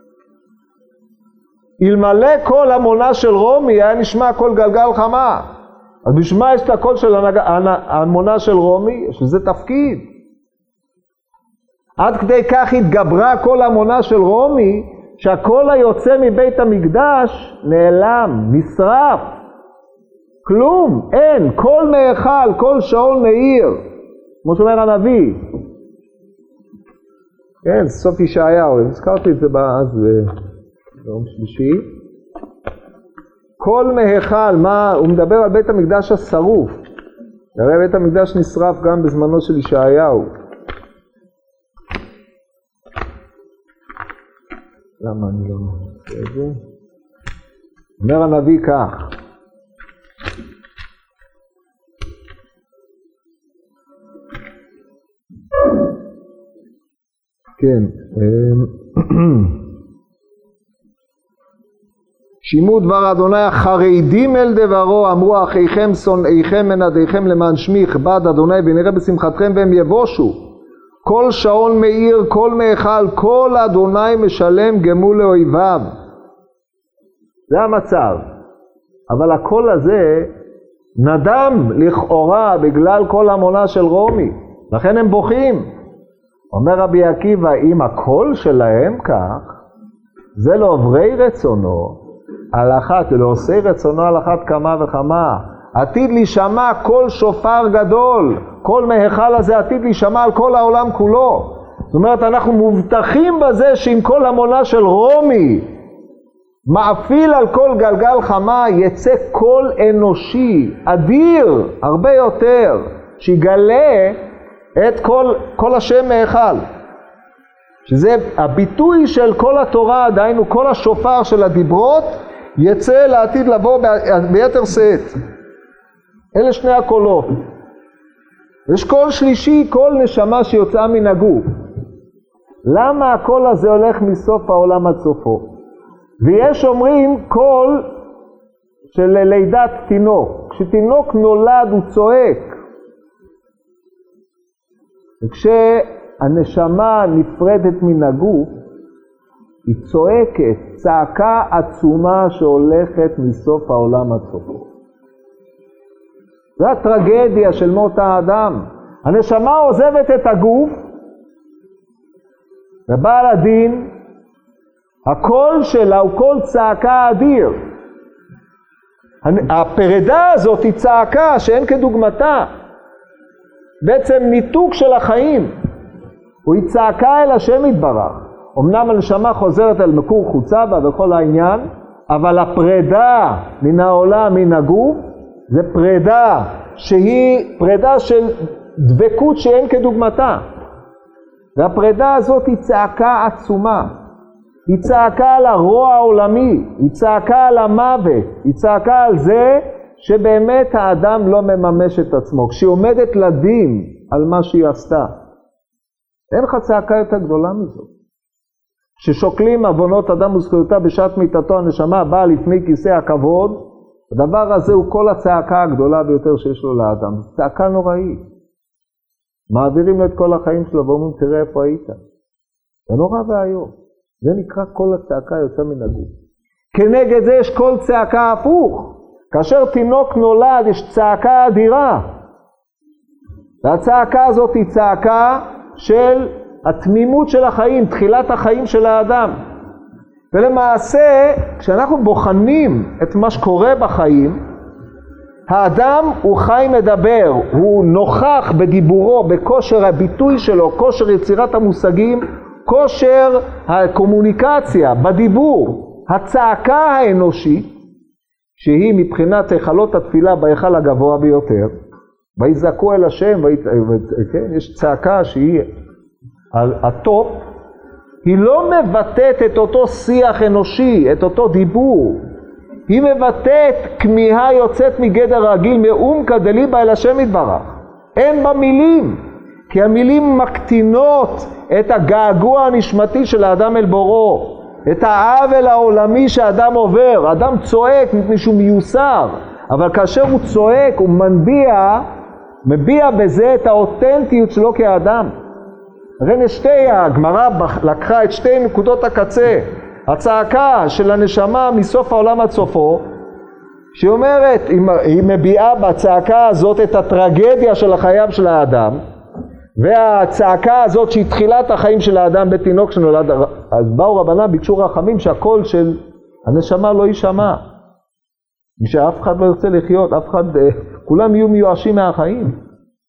אלמלא כל המונה של רומי היה נשמע כל גלגל חמה. אז בשביל מה יש את הקול של המונה של רומי? יש לזה תפקיד. עד כדי כך התגברה כל המונה של רומי, שהקול היוצא מבית המקדש נעלם, נשרף. כלום, אין, כל מאכל, כל שעון מאיר, כמו שאומר הנביא. כן, סוף ישעיהו, הזכרתי את זה אז ביום שלישי. כל מאכל, הוא מדבר על בית המקדש השרוף. הרי בית המקדש נשרף גם בזמנו של ישעיהו. למה אני לא מנסה את זה? אומר הנביא כך. כן. שימו דבר אדוני החרדים אל דברו, אמרו אחיכם שונאיכם מנדיכם למען שמי יכבד אדוני ונראה בשמחתכם והם יבושו. כל שעון מאיר, כל מאכל, כל אדוני משלם גמול לאויביו. זה המצב. אבל הקול הזה נדם לכאורה בגלל כל המונה של רומי. לכן הם בוכים. אומר רבי עקיבא, אם הקול שלהם כך, זה לא עוברי רצונו, על אחת, ולא עושי רצונו על אחת כמה וכמה. עתיד להישמע כל שופר גדול, כל מהיכל הזה עתיד להישמע על כל העולם כולו. זאת אומרת, אנחנו מובטחים בזה שעם כל המונה של רומי, מאפיל על כל גלגל חמה, יצא קול אנושי, אדיר, הרבה יותר, שיגלה את כל השם מאכל. שזה הביטוי של כל התורה, דהיינו כל השופר של הדיברות, יצא לעתיד לבוא ביתר שאת. אלה שני הקולות. יש קול שלישי, קול נשמה שיוצאה מן הגוף. למה הקול הזה הולך מסוף העולם עד סופו? ויש אומרים קול של לידת תינוק. כשתינוק נולד הוא צועק. וכשהנשמה נפרדת מן הגוף, היא צועקת, צעקה עצומה שהולכת מסוף העולם עד סופו. זו הטרגדיה של מות האדם. הנשמה עוזבת את הגוף, ובעל הדין, הקול שלה הוא קול צעקה אדיר. הפרידה הזאת היא צעקה שאין כדוגמתה. בעצם ניתוק של החיים. היא צעקה אל השם יתברך. אמנם הנשמה חוזרת אל מקור חוצה בה וכל העניין, אבל הפרידה מן העולם, מן הגוף, זה פרידה שהיא פרידה של דבקות שאין כדוגמתה. והפרידה הזאת היא צעקה עצומה. היא צעקה על הרוע העולמי, היא צעקה על המוות, היא צעקה על זה שבאמת האדם לא מממש את עצמו. כשהיא עומדת לדין על מה שהיא עשתה, אין לך צעקה יותר גדולה מזאת. כששוקלים עוונות אדם וזכויותיו בשעת מיתתו, הנשמה באה לפני כיסא הכבוד, הדבר הזה הוא כל הצעקה הגדולה ביותר שיש לו לאדם. צעקה נוראית. מעבירים לו את כל החיים שלו ואומרים, תראה איפה היית. זה נורא והיום. זה נקרא כל הצעקה יוצא מן הגוף. כנגד זה יש כל צעקה הפוך. כאשר תינוק נולד יש צעקה אדירה. והצעקה הזאת היא צעקה של התמימות של החיים, תחילת החיים של האדם. ולמעשה, כשאנחנו בוחנים את מה שקורה בחיים, האדם הוא חי מדבר, הוא נוכח בדיבורו, בכושר הביטוי שלו, כושר יצירת המושגים, כושר הקומוניקציה, בדיבור, הצעקה האנושית, שהיא מבחינת היכלות התפילה בהיכל הגבוה ביותר, ויזעקו אל השם, כן, יש צעקה שהיא הטופ, היא לא מבטאת את אותו שיח אנושי, את אותו דיבור. היא מבטאת כמיהה יוצאת מגדר רגיל, מעומקא דליבא אל השם יתברך. אין בה מילים, כי המילים מקטינות את הגעגוע הנשמתי של האדם אל בוראו, את העוול העולמי שהאדם עובר. האדם צועק מפני שהוא מיוסר, אבל כאשר הוא צועק הוא מביע בזה את האותנטיות שלו כאדם. הגמרא לקחה את שתי נקודות הקצה, הצעקה של הנשמה מסוף העולם עד סופו, שהיא אומרת, היא מביעה בצעקה הזאת את הטרגדיה של החייו של האדם, והצעקה הזאת שהיא תחילת החיים של האדם בתינוק שנולד. אז באו רבנן ביקשו רחמים שהקול של הנשמה לא יישמע, שאף אחד לא ירצה לחיות, כולם יהיו מיואשים מהחיים.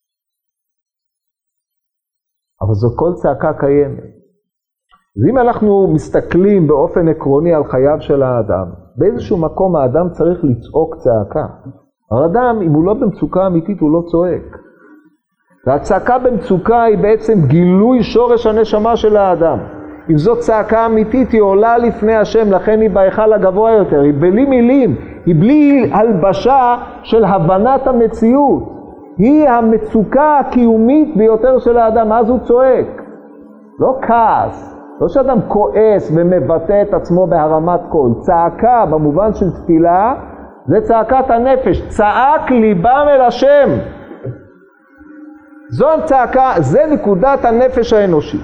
אבל זו כל צעקה קיימת. אז אם אנחנו מסתכלים באופן עקרוני על חייו של האדם, באיזשהו מקום האדם צריך לצעוק צעקה. האדם, אם הוא לא במצוקה אמיתית, הוא לא צועק. והצעקה במצוקה היא בעצם גילוי שורש הנשמה של האדם. אם זו צעקה אמיתית, היא עולה לפני השם, לכן היא בהיכל הגבוה יותר. היא בלי מילים, היא בלי הלבשה של הבנת המציאות. היא המצוקה הקיומית ביותר של האדם, אז הוא צועק. לא כעס, לא שאדם כועס ומבטא את עצמו בהרמת קול. צעקה במובן של תפילה, זה צעקת הנפש. צעק ליבם אל השם. זו צעקה, זה נקודת הנפש האנושית.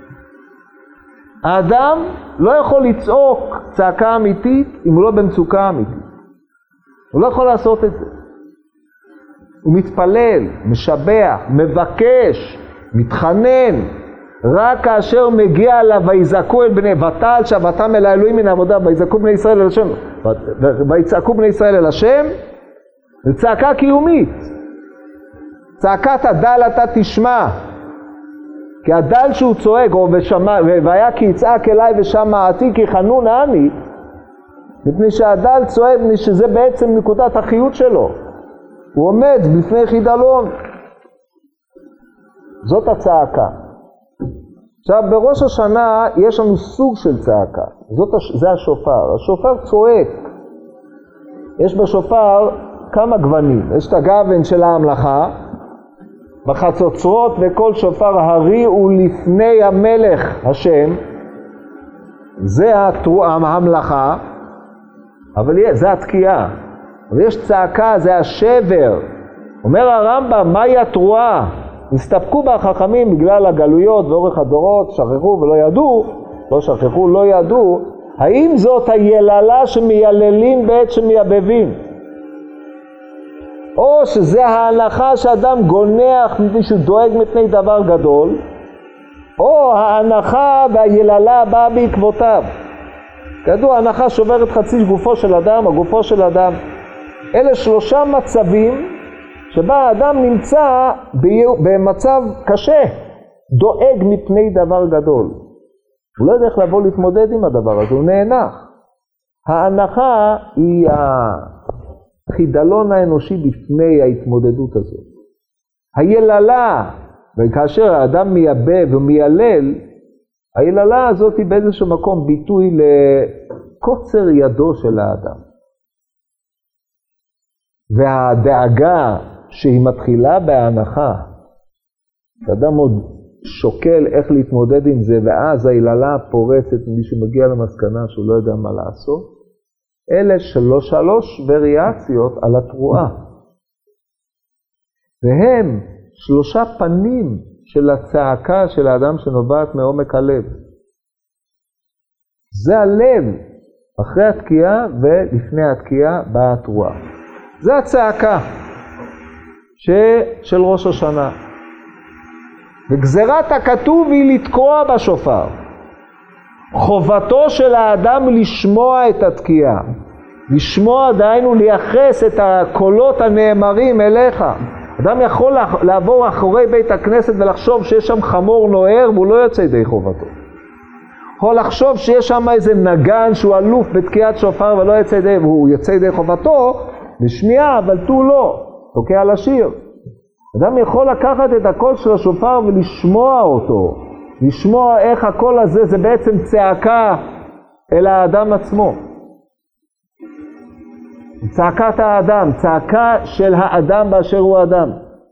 האדם לא יכול לצעוק צעקה אמיתית אם הוא לא במצוקה אמיתית. הוא לא יכול לעשות את זה. הוא מתפלל, משבח, מבקש, מתחנן, רק כאשר מגיע אליו ויזעקו אל בני, ותעל שבתם אל האלוהים מן העבודה, ויזעקו בני ישראל אל השם, ויצעקו בני ישראל אל השם, זה צעקה קיומית. צעקת הדל אתה תשמע, כי הדל שהוא צועק, והיה כי יצעק אליי ושמעתי כי חנון אני, מפני שהדל צועק, מפני שזה בעצם נקודת החיות שלו. הוא עומד בפני חידלון. זאת הצעקה. עכשיו בראש השנה יש לנו סוג של צעקה. זה השופר. השופר צועק. יש בשופר כמה גוונים. יש את הגוון של ההמלכה, בחצוצרות וכל שופר הריעו לפני המלך השם. זה ההמלכה, אבל זה התקיעה. ויש צעקה, זה השבר. אומר הרמב"ם, מהי התרועה? הסתפקו בה החכמים בגלל הגלויות ואורך הדורות, שכחו ולא ידעו, לא שכחו, לא ידעו. האם זאת היללה שמיללים בעת שמייבבים? או שזה ההנחה שאדם גונח מפני שהוא דואג מפני דבר גדול, או ההנחה והיללה באה בעקבותיו. כדוע, ההנחה שוברת חצי גופו של אדם או גופו של אדם. אלה שלושה מצבים שבה האדם נמצא במצב קשה, דואג מפני דבר גדול. הוא לא יודע איך לבוא להתמודד עם הדבר הזה, הוא נאנח. ההנחה היא החידלון האנושי בפני ההתמודדות הזאת. היללה, וכאשר האדם מייבב ומיילל, היללה הזאת היא באיזשהו מקום ביטוי לקוצר ידו של האדם. והדאגה שהיא מתחילה בהנחה, שאדם עוד שוקל איך להתמודד עם זה, ואז ההיללה פורצת מישהו מגיע למסקנה שהוא לא יודע מה לעשות, אלה שלוש וריאציות על התרועה. והם שלושה פנים של הצעקה של האדם שנובעת מעומק הלב. זה הלב, אחרי התקיעה ולפני התקיעה באה התרועה. זה הצעקה של ראש השנה. וגזירת הכתוב היא לתקוע בשופר. חובתו של האדם לשמוע את התקיעה. לשמוע דהיינו לייחס את הקולות הנאמרים אליך. אדם יכול לעבור אחורי בית הכנסת ולחשוב שיש שם חמור נוער והוא לא יוצא ידי חובתו. יכול לחשוב שיש שם איזה נגן שהוא אלוף בתקיעת שופר ולא יוצא ידי, והוא יוצא ידי חובתו לשמיעה, אבל תו לא, תוקע לשיר. אדם יכול לקחת את הקול של השופר ולשמוע אותו, לשמוע איך הקול הזה זה בעצם צעקה אל האדם עצמו. צעקת האדם, צעקה של האדם באשר הוא האדם.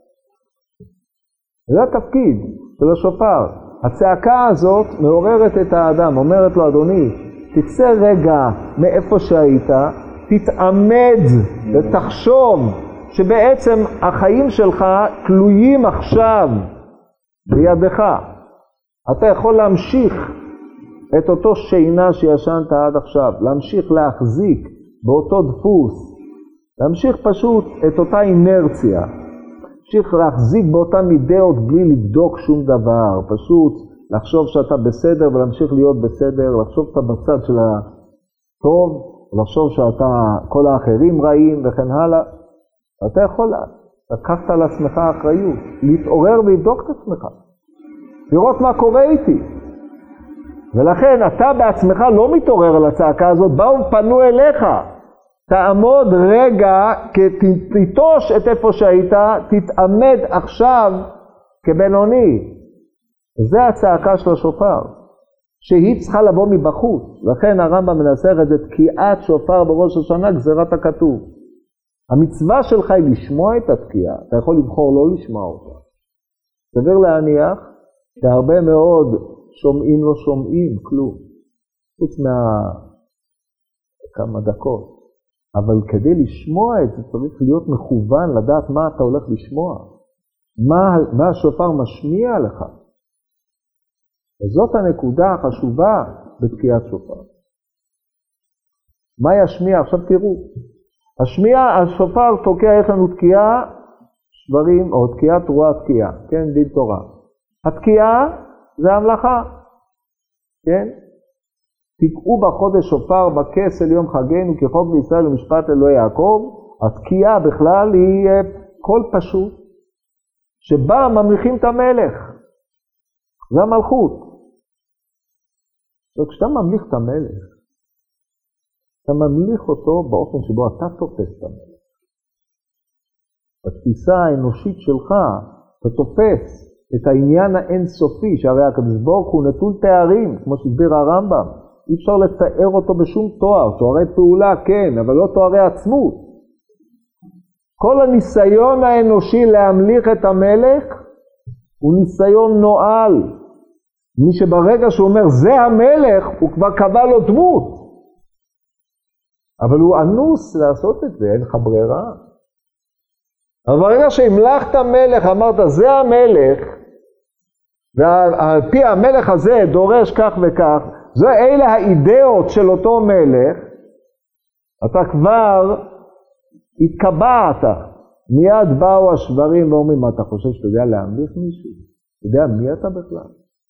זה התפקיד של השופר. הצעקה הזאת מעוררת את האדם, אומרת לו, אדוני, תצא רגע מאיפה שהיית, תתעמד ותחשוב שבעצם החיים שלך תלויים עכשיו בידך. אתה יכול להמשיך את אותו שינה שישנת עד עכשיו, להמשיך להחזיק באותו דפוס, להמשיך פשוט את אותה אינרציה, להמשיך להחזיק באותן אידאות בלי לבדוק שום דבר, פשוט לחשוב שאתה בסדר ולהמשיך להיות בסדר, לחשוב שאתה בצד של הטוב, לחשוב שאתה כל האחרים רעים וכן הלאה. אתה יכול לקחת על עצמך אחריות, להתעורר ולבדוק את עצמך, לראות מה קורה איתי. ולכן אתה בעצמך לא מתעורר על הצעקה הזאת, באו ופנו אליך. תעמוד רגע, תיטוש את איפה שהיית, תתעמד עכשיו כבינוני. זה הצעקה של השופר, שהיא צריכה לבוא מבחוץ. לכן הרמב"ם מנסח את זה, תקיעת שופר בראש השנה, גזירת הכתוב. המצווה שלך היא לשמוע את התקיעה, אתה יכול לבחור לא לשמוע אותה. סביר להניח שהרבה מאוד שומעים לא שומעים כלום, חוץ כמה דקות. אבל כדי לשמוע את זה צריך להיות מכוון, לדעת מה אתה הולך לשמוע, מה השופר משמיע לך. וזאת הנקודה החשובה בתקיעת שופר. מה ישמיע? עכשיו תראו. השופר תוקע, יש לנו תקיעה שברים, או תקיעה תרועה תקיעה, כן, דין תורה. התקיעה זה המלאכה, כן? תקעו בחודש שופר בכס אל יום חגנו, כי חוק בישראל ומשפט אלוהי יעקב. התקיעה בכלל היא קול פשוט, שבה ממליכים את המלך. זה המלכות. וכשאתה ממליך את המלך, אתה ממליך אותו באופן שבו אתה תופס את המלך. בתפיסה האנושית שלך, אתה תופס את העניין האינסופי, שהרי הקדוש ברוך הוא נטול תארים, כמו שהסביר הרמב"ם. אי אפשר לתאר אותו בשום תואר, תוארי פעולה כן, אבל לא תוארי עצמות. כל הניסיון האנושי להמליך את המלך, הוא ניסיון נואל. מי שברגע שהוא אומר זה המלך, הוא כבר קבע לו דמות. אבל הוא אנוס לעשות את זה, אין לך ברירה. אבל ברגע שהמלכת המלך, אמרת זה המלך, ועל פי המלך הזה דורש כך וכך, זה אלה האידאות של אותו מלך, אתה כבר התקבעת. מיד באו השברים ואומרים, מה אתה חושב שאתה יודע להמליך מישהו? אתה יודע מי אתה בכלל?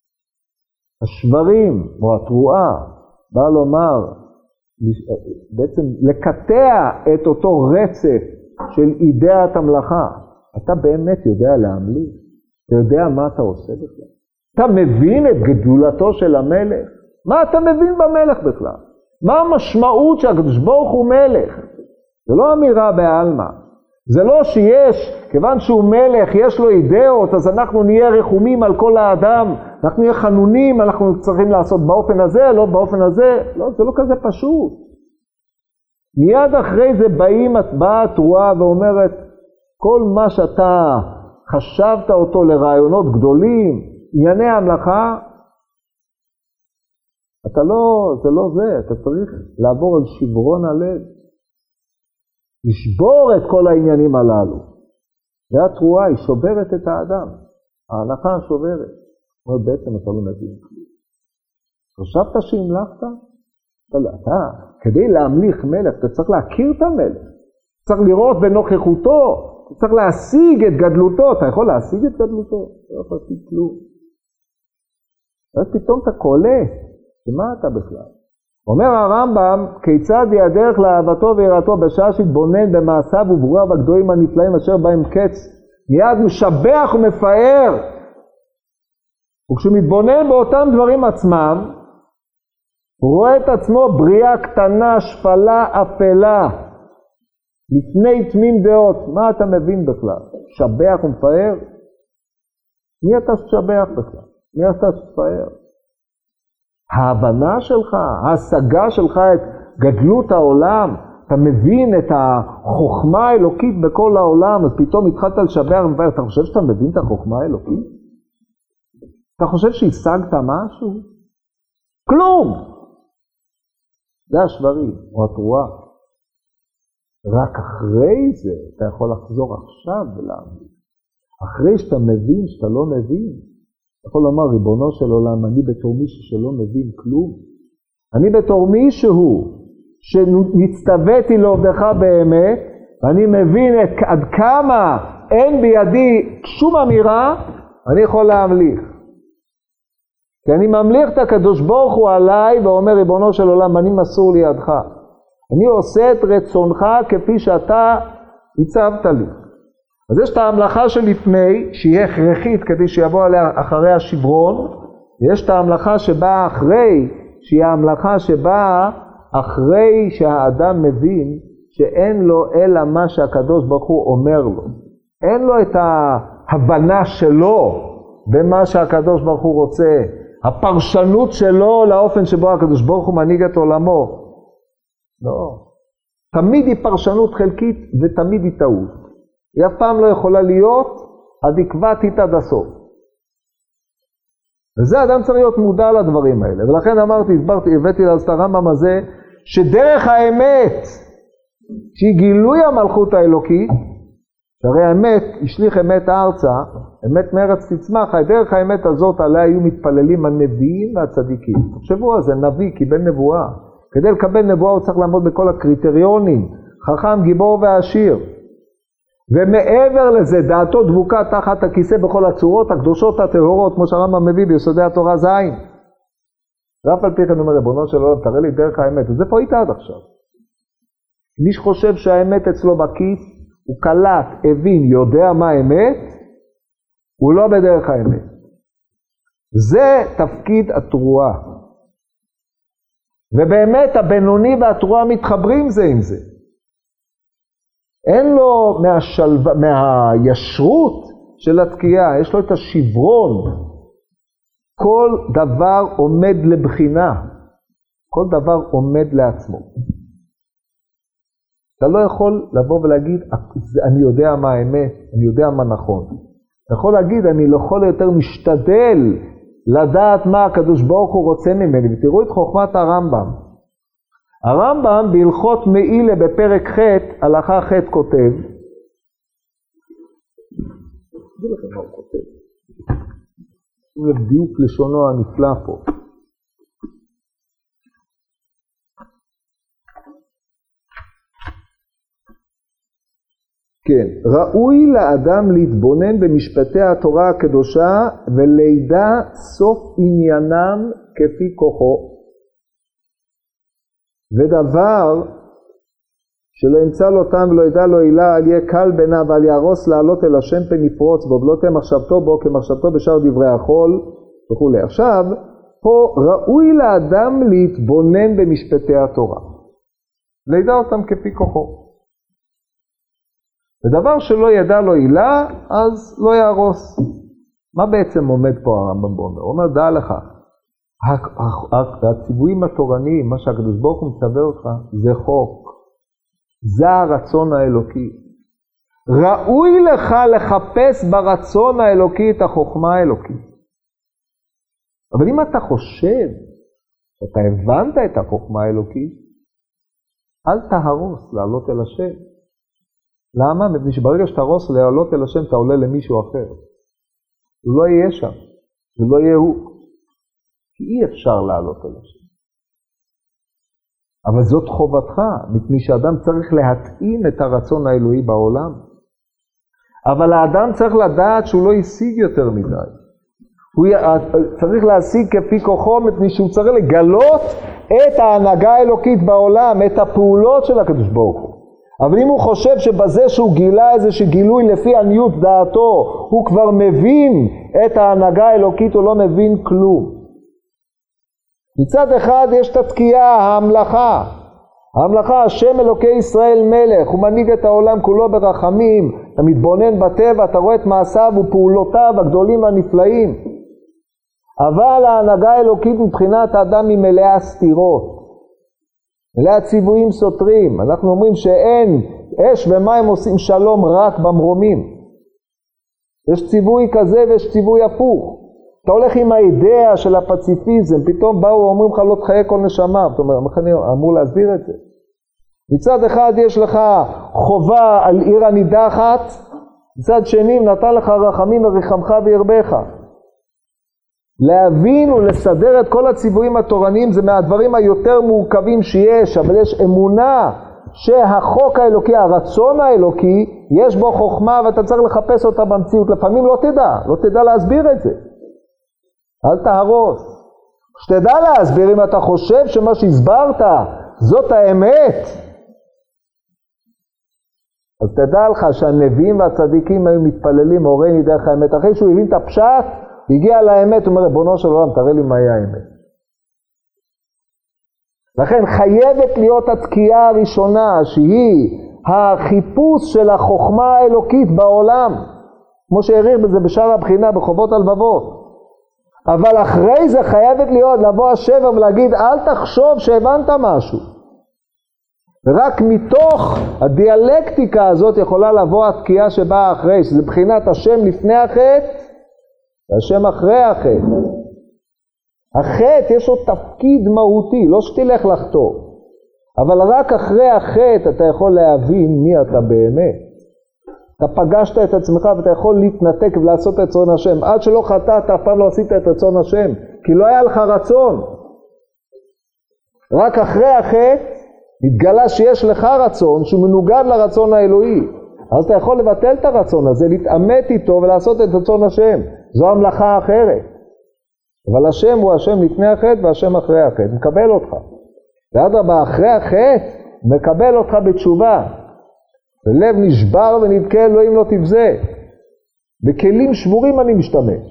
השברים או התרועה בא לומר, בעצם לקטע את אותו רצף של אידאת המלאכה. אתה באמת יודע להמליך? אתה יודע מה אתה עושה בכלל? אתה מבין את גדולתו של המלך? מה אתה מבין במלך בכלל? מה המשמעות שהקדוש ברוך הוא מלך? זה לא אמירה בעלמא. זה לא שיש, כיוון שהוא מלך, יש לו אידאות, אז אנחנו נהיה רחומים על כל האדם, אנחנו נהיה חנונים, אנחנו צריכים לעשות באופן הזה, לא באופן הזה. לא, זה לא כזה פשוט. מיד אחרי זה באה התרועה ואומרת, כל מה שאתה חשבת אותו לרעיונות גדולים, ענייני המלאכה, זה לא זה, אתה צריך לעבור על שברון הלב. לשבור את כל העניינים הללו. והתרועה היא שוברת את האדם. ההלכה שוברת. זאת בעצם אתה לא מבין. חשבת שהמלכת? אתה, כדי להמליך מלך, אתה צריך להכיר את המלך. אתה צריך לראות בנוכחותו. אתה צריך להשיג את גדלותו. אתה יכול להשיג את גדלותו? אתה לא יכול להשיג כלום. אז פתאום אתה קולט. שמה אתה בכלל? אומר הרמב"ם, כיצד היא הדרך לאהבתו ויראתו בשעה שהתבונן במעשיו וברוריו הגדולים הנפלאים אשר בהם קץ, מיד משבח ומפאר. וכשמתבונן באותם דברים עצמם, הוא רואה את עצמו בריאה קטנה, שפלה, אפלה, לפני תמים דעות. מה אתה מבין בכלל? שבח ומפאר? מי אתה שתשבח בכלל? מי אתה שתפאר? ההבנה שלך, ההשגה שלך את גדלות העולם, אתה מבין את החוכמה האלוקית בכל העולם, אז פתאום התחלת לשבח ומבאר, אתה חושב שאתה מבין את החוכמה האלוקית? אתה חושב שהשגת משהו? כלום! זה השברים, או התרועה. רק אחרי זה אתה יכול לחזור עכשיו ולהאמין. אחרי שאתה מבין שאתה לא מבין, אתה יכול לומר, ריבונו של עולם, אני בתור מישהו שלא מבין כלום. אני בתור מישהו שנצטוויתי לעובדך באמת, ואני מבין עד כמה אין בידי שום אמירה, אני יכול להמליך. כי אני ממליך את הקדוש ברוך הוא עליי, ואומר, ריבונו של עולם, אני מסור לידך. אני עושה את רצונך כפי שאתה הצבת לי. אז יש את ההמלכה שלפני, שהיא הכרחית כדי שיבוא עליה אחרי השברון, ויש את ההמלכה שבאה אחרי, שהיא ההמלכה שבאה אחרי שהאדם מבין שאין לו אלא מה שהקדוש ברוך הוא אומר לו. אין לו את ההבנה שלו במה שהקדוש ברוך הוא רוצה, הפרשנות שלו לאופן שבו הקדוש ברוך הוא מנהיג את עולמו. לא. תמיד היא פרשנות חלקית ותמיד היא טעות. היא אף פעם לא יכולה להיות אדיקבטית עד הסוף. וזה אדם צריך להיות מודע לדברים האלה. ולכן הסברתי, הבאתי את הרמב"ם הזה, שדרך האמת, שהיא גילוי המלכות האלוקית, שהרי האמת, השליך אמת ארצה, אמת מארץ תצמח, דרך האמת הזאת עליה היו מתפללים הנביאים והצדיקים. תחשבו על זה, נביא קיבל נבואה. כדי לקבל נבואה הוא צריך לעמוד בכל הקריטריונים, חכם, גיבור ועשיר. ומעבר לזה, דעתו דבוקה תחת הכיסא בכל הצורות הקדושות הטהורות, כמו שהרמב"ם מביא ביסודי התורה זין. ואף על פי כן אומר, ריבונו של עולם, תראה לי דרך האמת. אז איפה היית עד עכשיו? מי שחושב שהאמת אצלו בכיס, הוא קלט, הבין, יודע מה האמת, הוא לא בדרך האמת. זה תפקיד התרועה. ובאמת הבינוני והתרועה מתחברים זה עם זה. אין לו מהישרות של התקיעה, יש לו את השברון. כל דבר עומד לבחינה, כל דבר עומד לעצמו. אתה לא יכול לבוא ולהגיד, אני יודע מה האמת, אני יודע מה נכון. אתה יכול להגיד, אני לא יכול יותר משתדל לדעת מה הקדוש ברוך הוא רוצה ממני. ותראו את חוכמת הרמב"ם. הרמב"ם בהלכות מעילה בפרק ח' הלכה ח' כותב, זה לכם מה הוא כותב. דיוק לשונו הנפלא פה. כן, ראוי לאדם להתבונן במשפטי התורה הקדושה ולידע סוף עניינם כפי כוחו. ודבר שלא ימצא לו טעם ולא ידע לו עילה, אל יהיה קל בעיניו ואל יהרוס לעלות אל השם פן יפרוץ בו ולא תהיה מחשבתו בו כמחשבתו בשאר דברי החול וכו'. עכשיו, פה ראוי לאדם להתבונן במשפטי התורה. לידע אותם כפי כוחו. ודבר שלא ידע לו עילה, אז לא יהרוס. מה בעצם עומד פה הרמב"ם אומר? הוא אומר, דע לך, הציוויים התורניים, מה שהקדוש ברוך הוא מצווה אותך, זה חוק. זה הרצון האלוקי. ראוי לך לחפש ברצון האלוקי את החוכמה האלוקית. אבל אם אתה חושב שאתה הבנת את החוכמה האלוקית, אל תהרוס לעלות אל השם. למה? מפני שברגע שאתה רוס לעלות אל השם, אתה עולה למישהו אחר. הוא לא יהיה שם. זה לא יהיה הוא. כי אי אפשר לעלות אל השם. אבל זאת חובתך, מפני שאדם צריך להתאים את הרצון האלוהי בעולם. אבל האדם צריך לדעת שהוא לא ישיג יותר מדי. הוא צריך להשיג כפי כוחו, מפני שהוא צריך לגלות את ההנהגה האלוקית בעולם, את הפעולות של הקדוש ברוך הוא. אבל אם הוא חושב שבזה שהוא גילה איזשהו גילוי לפי עניות דעתו, הוא כבר מבין את ההנהגה האלוקית, הוא לא מבין כלום. מצד אחד יש את התקיעה, ההמלכה. ההמלכה, השם אלוקי ישראל מלך, הוא מנהיג את העולם כולו ברחמים, אתה מתבונן בטבע, אתה רואה את מעשיו ופעולותיו הגדולים והנפלאים. אבל ההנהגה האלוקית מבחינת האדם היא מלאה סתירות. אלה הציוויים סותרים. אנחנו אומרים שאין אש ומים עושים שלום רק במרומים. יש ציווי כזה ויש ציווי הפוך. אתה הולך עם האידאה של הפציפיזם, פתאום באו ואומרים לך לא תחיה כל נשמה. זאת אומרת, אני אמור להסביר את זה. מצד אחד יש לך חובה על עיר הנידחת, מצד שני נתן לך רחמים וריחמך וירבך. להבין ולסדר את כל הציוויים התורניים זה מהדברים היותר מורכבים שיש, אבל יש אמונה שהחוק האלוקי, הרצון האלוקי, יש בו חוכמה ואתה צריך לחפש אותה במציאות. לפעמים לא תדע להסביר את זה. אל תהרוס. שתדע להסביר אם אתה חושב שמה שהסברת זאת האמת, אז תדע לך שהנביאים והצדיקים היו מתפללים הוריני דרך האמת. אחרי שהוא הבין את הפשט, הגיע לאמת, הוא אומר, ריבונו של עולם, תראה לי מה היה האמת. לכן חייבת להיות התקיעה הראשונה, שהיא החיפוש של החוכמה האלוקית בעולם, כמו שהעריך בזה בשאר הבחינה, בחובות הלבבות. אבל אחרי זה חייבת להיות, לבוא השבר ולהגיד, אל תחשוב שהבנת משהו. ורק מתוך הדיאלקטיקה הזאת יכולה לבוא התקיעה שבאה אחרי, שזה בחינת השם לפני החטא, והשם אחרי החטא. החטא יש לו תפקיד מהותי, לא שתלך לחטוא. אבל רק אחרי החטא אתה יכול להבין מי אתה באמת. אתה פגשת את עצמך ואתה יכול להתנתק ולעשות את רצון השם. עד שלא חטאת, אף פעם לא עשית את רצון השם, כי לא היה לך רצון. רק אחרי החטא התגלה שיש לך רצון שהוא מנוגד לרצון האלוהי. אז אתה יכול לבטל את הרצון הזה, להתאמת איתו ולעשות את רצון השם. זו המלאכה האחרת. אבל השם הוא השם לפני החטא והשם אחרי החטא. מקבל אותך. ואדרבה, אחרי החטא מקבל אותך בתשובה. ולב נשבר ונדכה אלוהים לא תבזה. בכלים שבורים אני משתמש.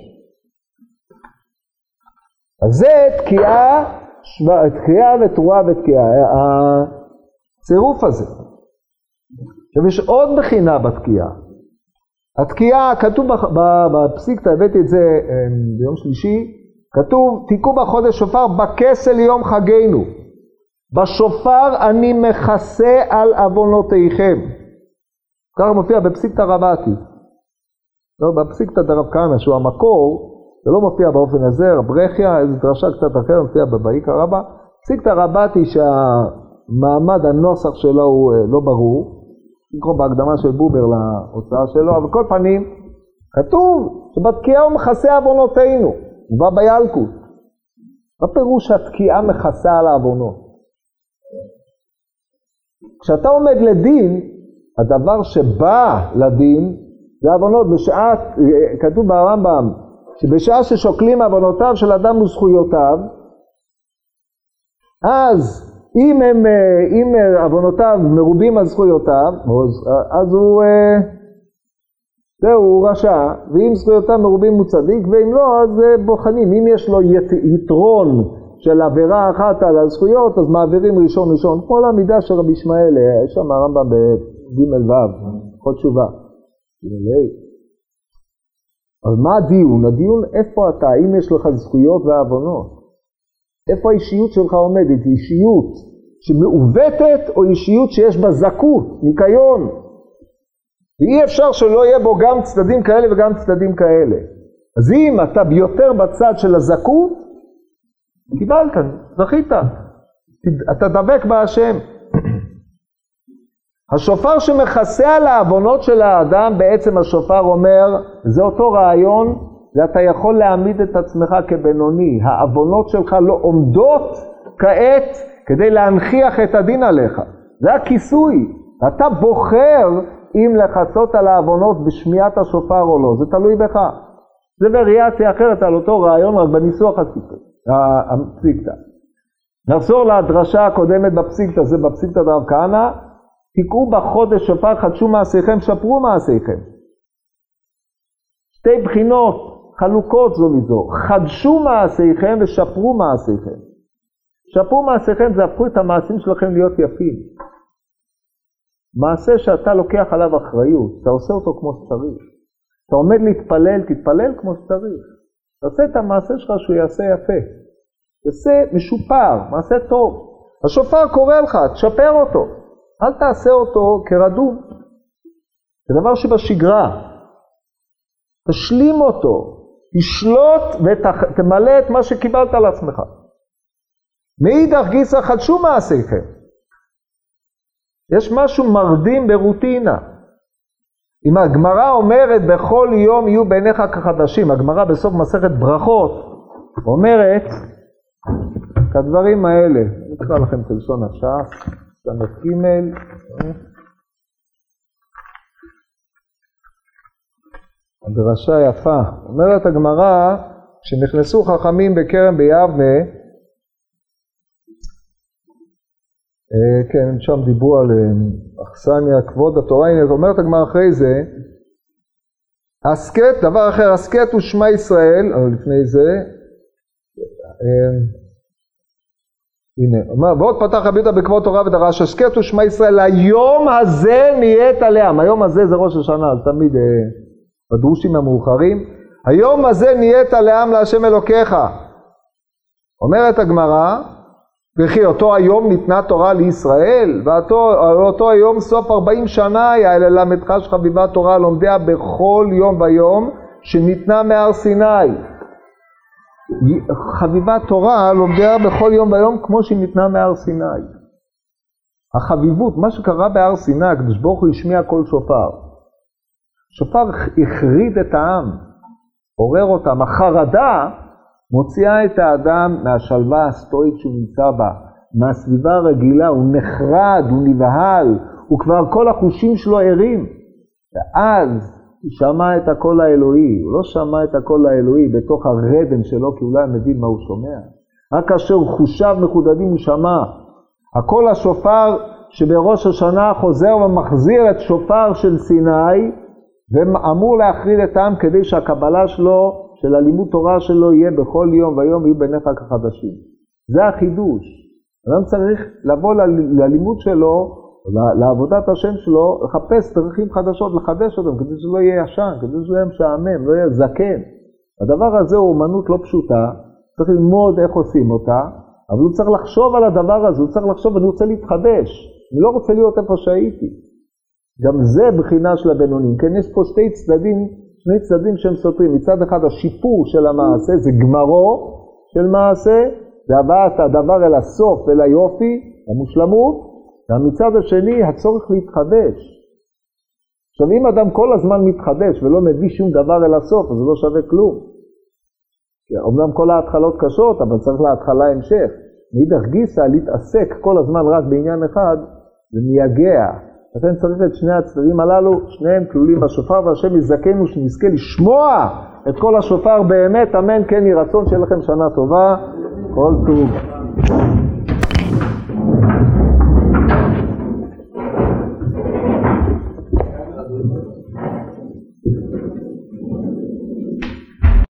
אז זה תקיעה ותרועה ותקיעה. הצירוף הזה. עכשיו יש עוד בחינה בתקיעה. התקיעה, כתוב בפסיקתא, הבאתי את זה ביום שלישי, כתוב, תיקעו בחודש שופר בכסל יום חגנו. בשופר אני מכסה על עוונותיכם. כך מופיע בפסיקתא רבתי. לא, בפסיקתא דרב כהנא, שהוא המקור, זה לא מופיע באופן הזה, רב רכיה, איזו דרשה קצת אחרת, מופיע בבעיקר רבה. פסיקתא רבתי שהמעמד הנוסח שלו הוא לא ברור, נקרא בהקדמה של בובר להוצאה שלו, אבל כל פנים, כתוב שבתקיעה הוא מכסה עוונותינו, הוא בא בילקוט. מה פירוש שהתקיעה מכסה על העוונות? כשאתה עומד לדין, הדבר שבא לדין, זה עוונות. בשעה, כתוב ברמב"ם, שבשעה ששוקלים עוונותיו של אדם וזכויותיו, אז אם עוונותיו מרובים על זכויותיו, אז הוא רשע, ואם זכויותיו מרובים הוא צדיק, ואם לא, אז בוחנים. אם יש לו יתרון של עבירה אחת על הזכויות, אז מעבירים ראשון, כמו למידה של רבי ישמעאל, יש שם הרמב"ם בג' ו', כל תשובה. אבל מה הדיון? הדיון איפה אתה, אם יש לך זכויות ועוונות? איפה האישיות שלך עומדת? אישיות שמעוותת או אישיות שיש בה זכות, ניקיון? ואי אפשר שלא יהיה בו גם צדדים כאלה וגם צדדים כאלה. אז אם אתה יותר בצד של הזכות, קיבלת, זכית. אתה דבק בהשם. השופר שמכסה על העוונות של האדם, בעצם השופר אומר, זה אותו רעיון, ואתה יכול להעמיד את עצמך כבינוני. העוונות שלך לא עומדות כעת כדי להנחיח את הדין עליך. זה הכיסוי. אתה בוחר אם לחסות על העוונות בשמיעת השופר או לא. זה תלוי בך. זה וריאציה אחרת על אותו רעיון, רק בניסוח הפסיקתא. נחזור לדרשה הקודמת בפסיקתא, זה בפסיקתא דרב כהנא, תקעו בחודש שופר, חדשו מעשיכם, שפרו מעשיכם. שתי בחינות חלוקות זו מזו, חדשו מעשיכם ושפרו מעשיכם. שפרו מעשיכם זה הפכו את המעשים שלכם להיות יפים. מעשה שאתה לוקח עליו אחריות, אתה עושה אותו כמו שצריך. אתה עומד להתפלל, תתפלל כמו שצריך. תעשה את המעשה שלך שהוא יעשה יפה. יעשה משופר, מעשה טוב. השופר קורא לך, תשפר אותו. אל תעשה אותו כרדום. זה דבר שבשגרה. תשלים אותו, תשלוט ותמלא את מה שקיבלת על עצמך. מאידך גיסא חדשו מעשיכם. יש משהו מרדים ברוטינה. אם הגמרא אומרת בכל יום יהיו בעיניך כחדשים, הגמרא בסוף מסכת ברכות אומרת כדברים האלה. אני אקרא לכם תלשון הש"ס, סמ"ך ג' הדרשה יפה. אומרת הגמרא, כשנכנסו חכמים בכרם ביבנה, כן, שם דיברו על אכסניה, כבוד התורה, הנה, אומרת הגמרא אחרי זה, הסקט, דבר אחר, הסקט הוא שמע ישראל, אבל לפני זה, הנה, ועוד פתח רבי יהודה בכבוד תורה ודרש, הסקט הוא שמע ישראל, היום הזה נהיית לעם, היום הזה זה ראש השנה, אז תמיד בדרושים המאוחרים, היום הזה נהיית לעם להשם אלוקיך. אומרת הגמרא, וכי אותו היום ניתנה תורה לישראל, ואותו היום סוף 40 שנה היה ללמדך שחביבה תורה לומדיה בכל יום ויום שניתנה מהר סיני. חביבת תורה לומדיה בכל יום ויום כמו שניתנה מהר סיני. החביבות, מה שקרה בהר סיני, הקדוש ברוך הוא השמיע כל שופר. שופר החריד את העם, עורר אותם. החרדה מוציאה את האדם מהשלווה הסטואית שהוא נמצא בה, מהסביבה הרגילה, הוא נחרד, הוא נבהל, הוא כבר כל החושים שלו ערים. ואז הוא שמע את הקול האלוהי, הוא לא שמע את הקול האלוהי בתוך הרדם שלו, כי אולי מבין מה הוא שומע. רק כאשר חושיו מחודדים הוא שמע. הקול השופר שבראש השנה חוזר ומחזיר את שופר של סיני, ואמור להחריד את העם כדי שהקבלה שלו, של הלימוד תורה שלו יהיה בכל יום ויום יהיו בעיניך כחדשים. זה החידוש. אדם צריך לבוא ללימוד שלו, לעבודת השם שלו, לחפש דרכים חדשות, לחדש אותם, כדי שזה לא יהיה ישן, כדי שזה לא יהיה משעמם, לא יהיה זקן. הדבר הזה הוא אומנות לא פשוטה, צריך ללמוד איך עושים אותה, אבל הוא צריך לחשוב על הדבר הזה, הוא צריך לחשוב, אני רוצה להתחדש, אני לא רוצה להיות איפה שהייתי. גם זה בחינה של הבינונים, כן, יש פה שני צדדים שהם סותרים. מצד אחד השיפור של המעשה, זה גמרו של מעשה, זה הבאת הדבר אל הסוף, אל היופי, המושלמות, ומצד השני הצורך להתחדש. עכשיו אם אדם כל הזמן מתחדש ולא מביא שום דבר אל הסוף, אז זה לא שווה כלום. אומנם כל ההתחלות קשות, אבל צריך להתחלה המשך. מאידך גיסא להתעסק כל הזמן רק בעניין אחד, זה מייגע. לכן צריך את שני הצדדים הללו, שניהם כלולים בשופר, והשם יזכנו שנזכה לשמוע את כל השופר באמת, אמן כן יהי רצון שיהיה לכם שנה טובה, כל טוב.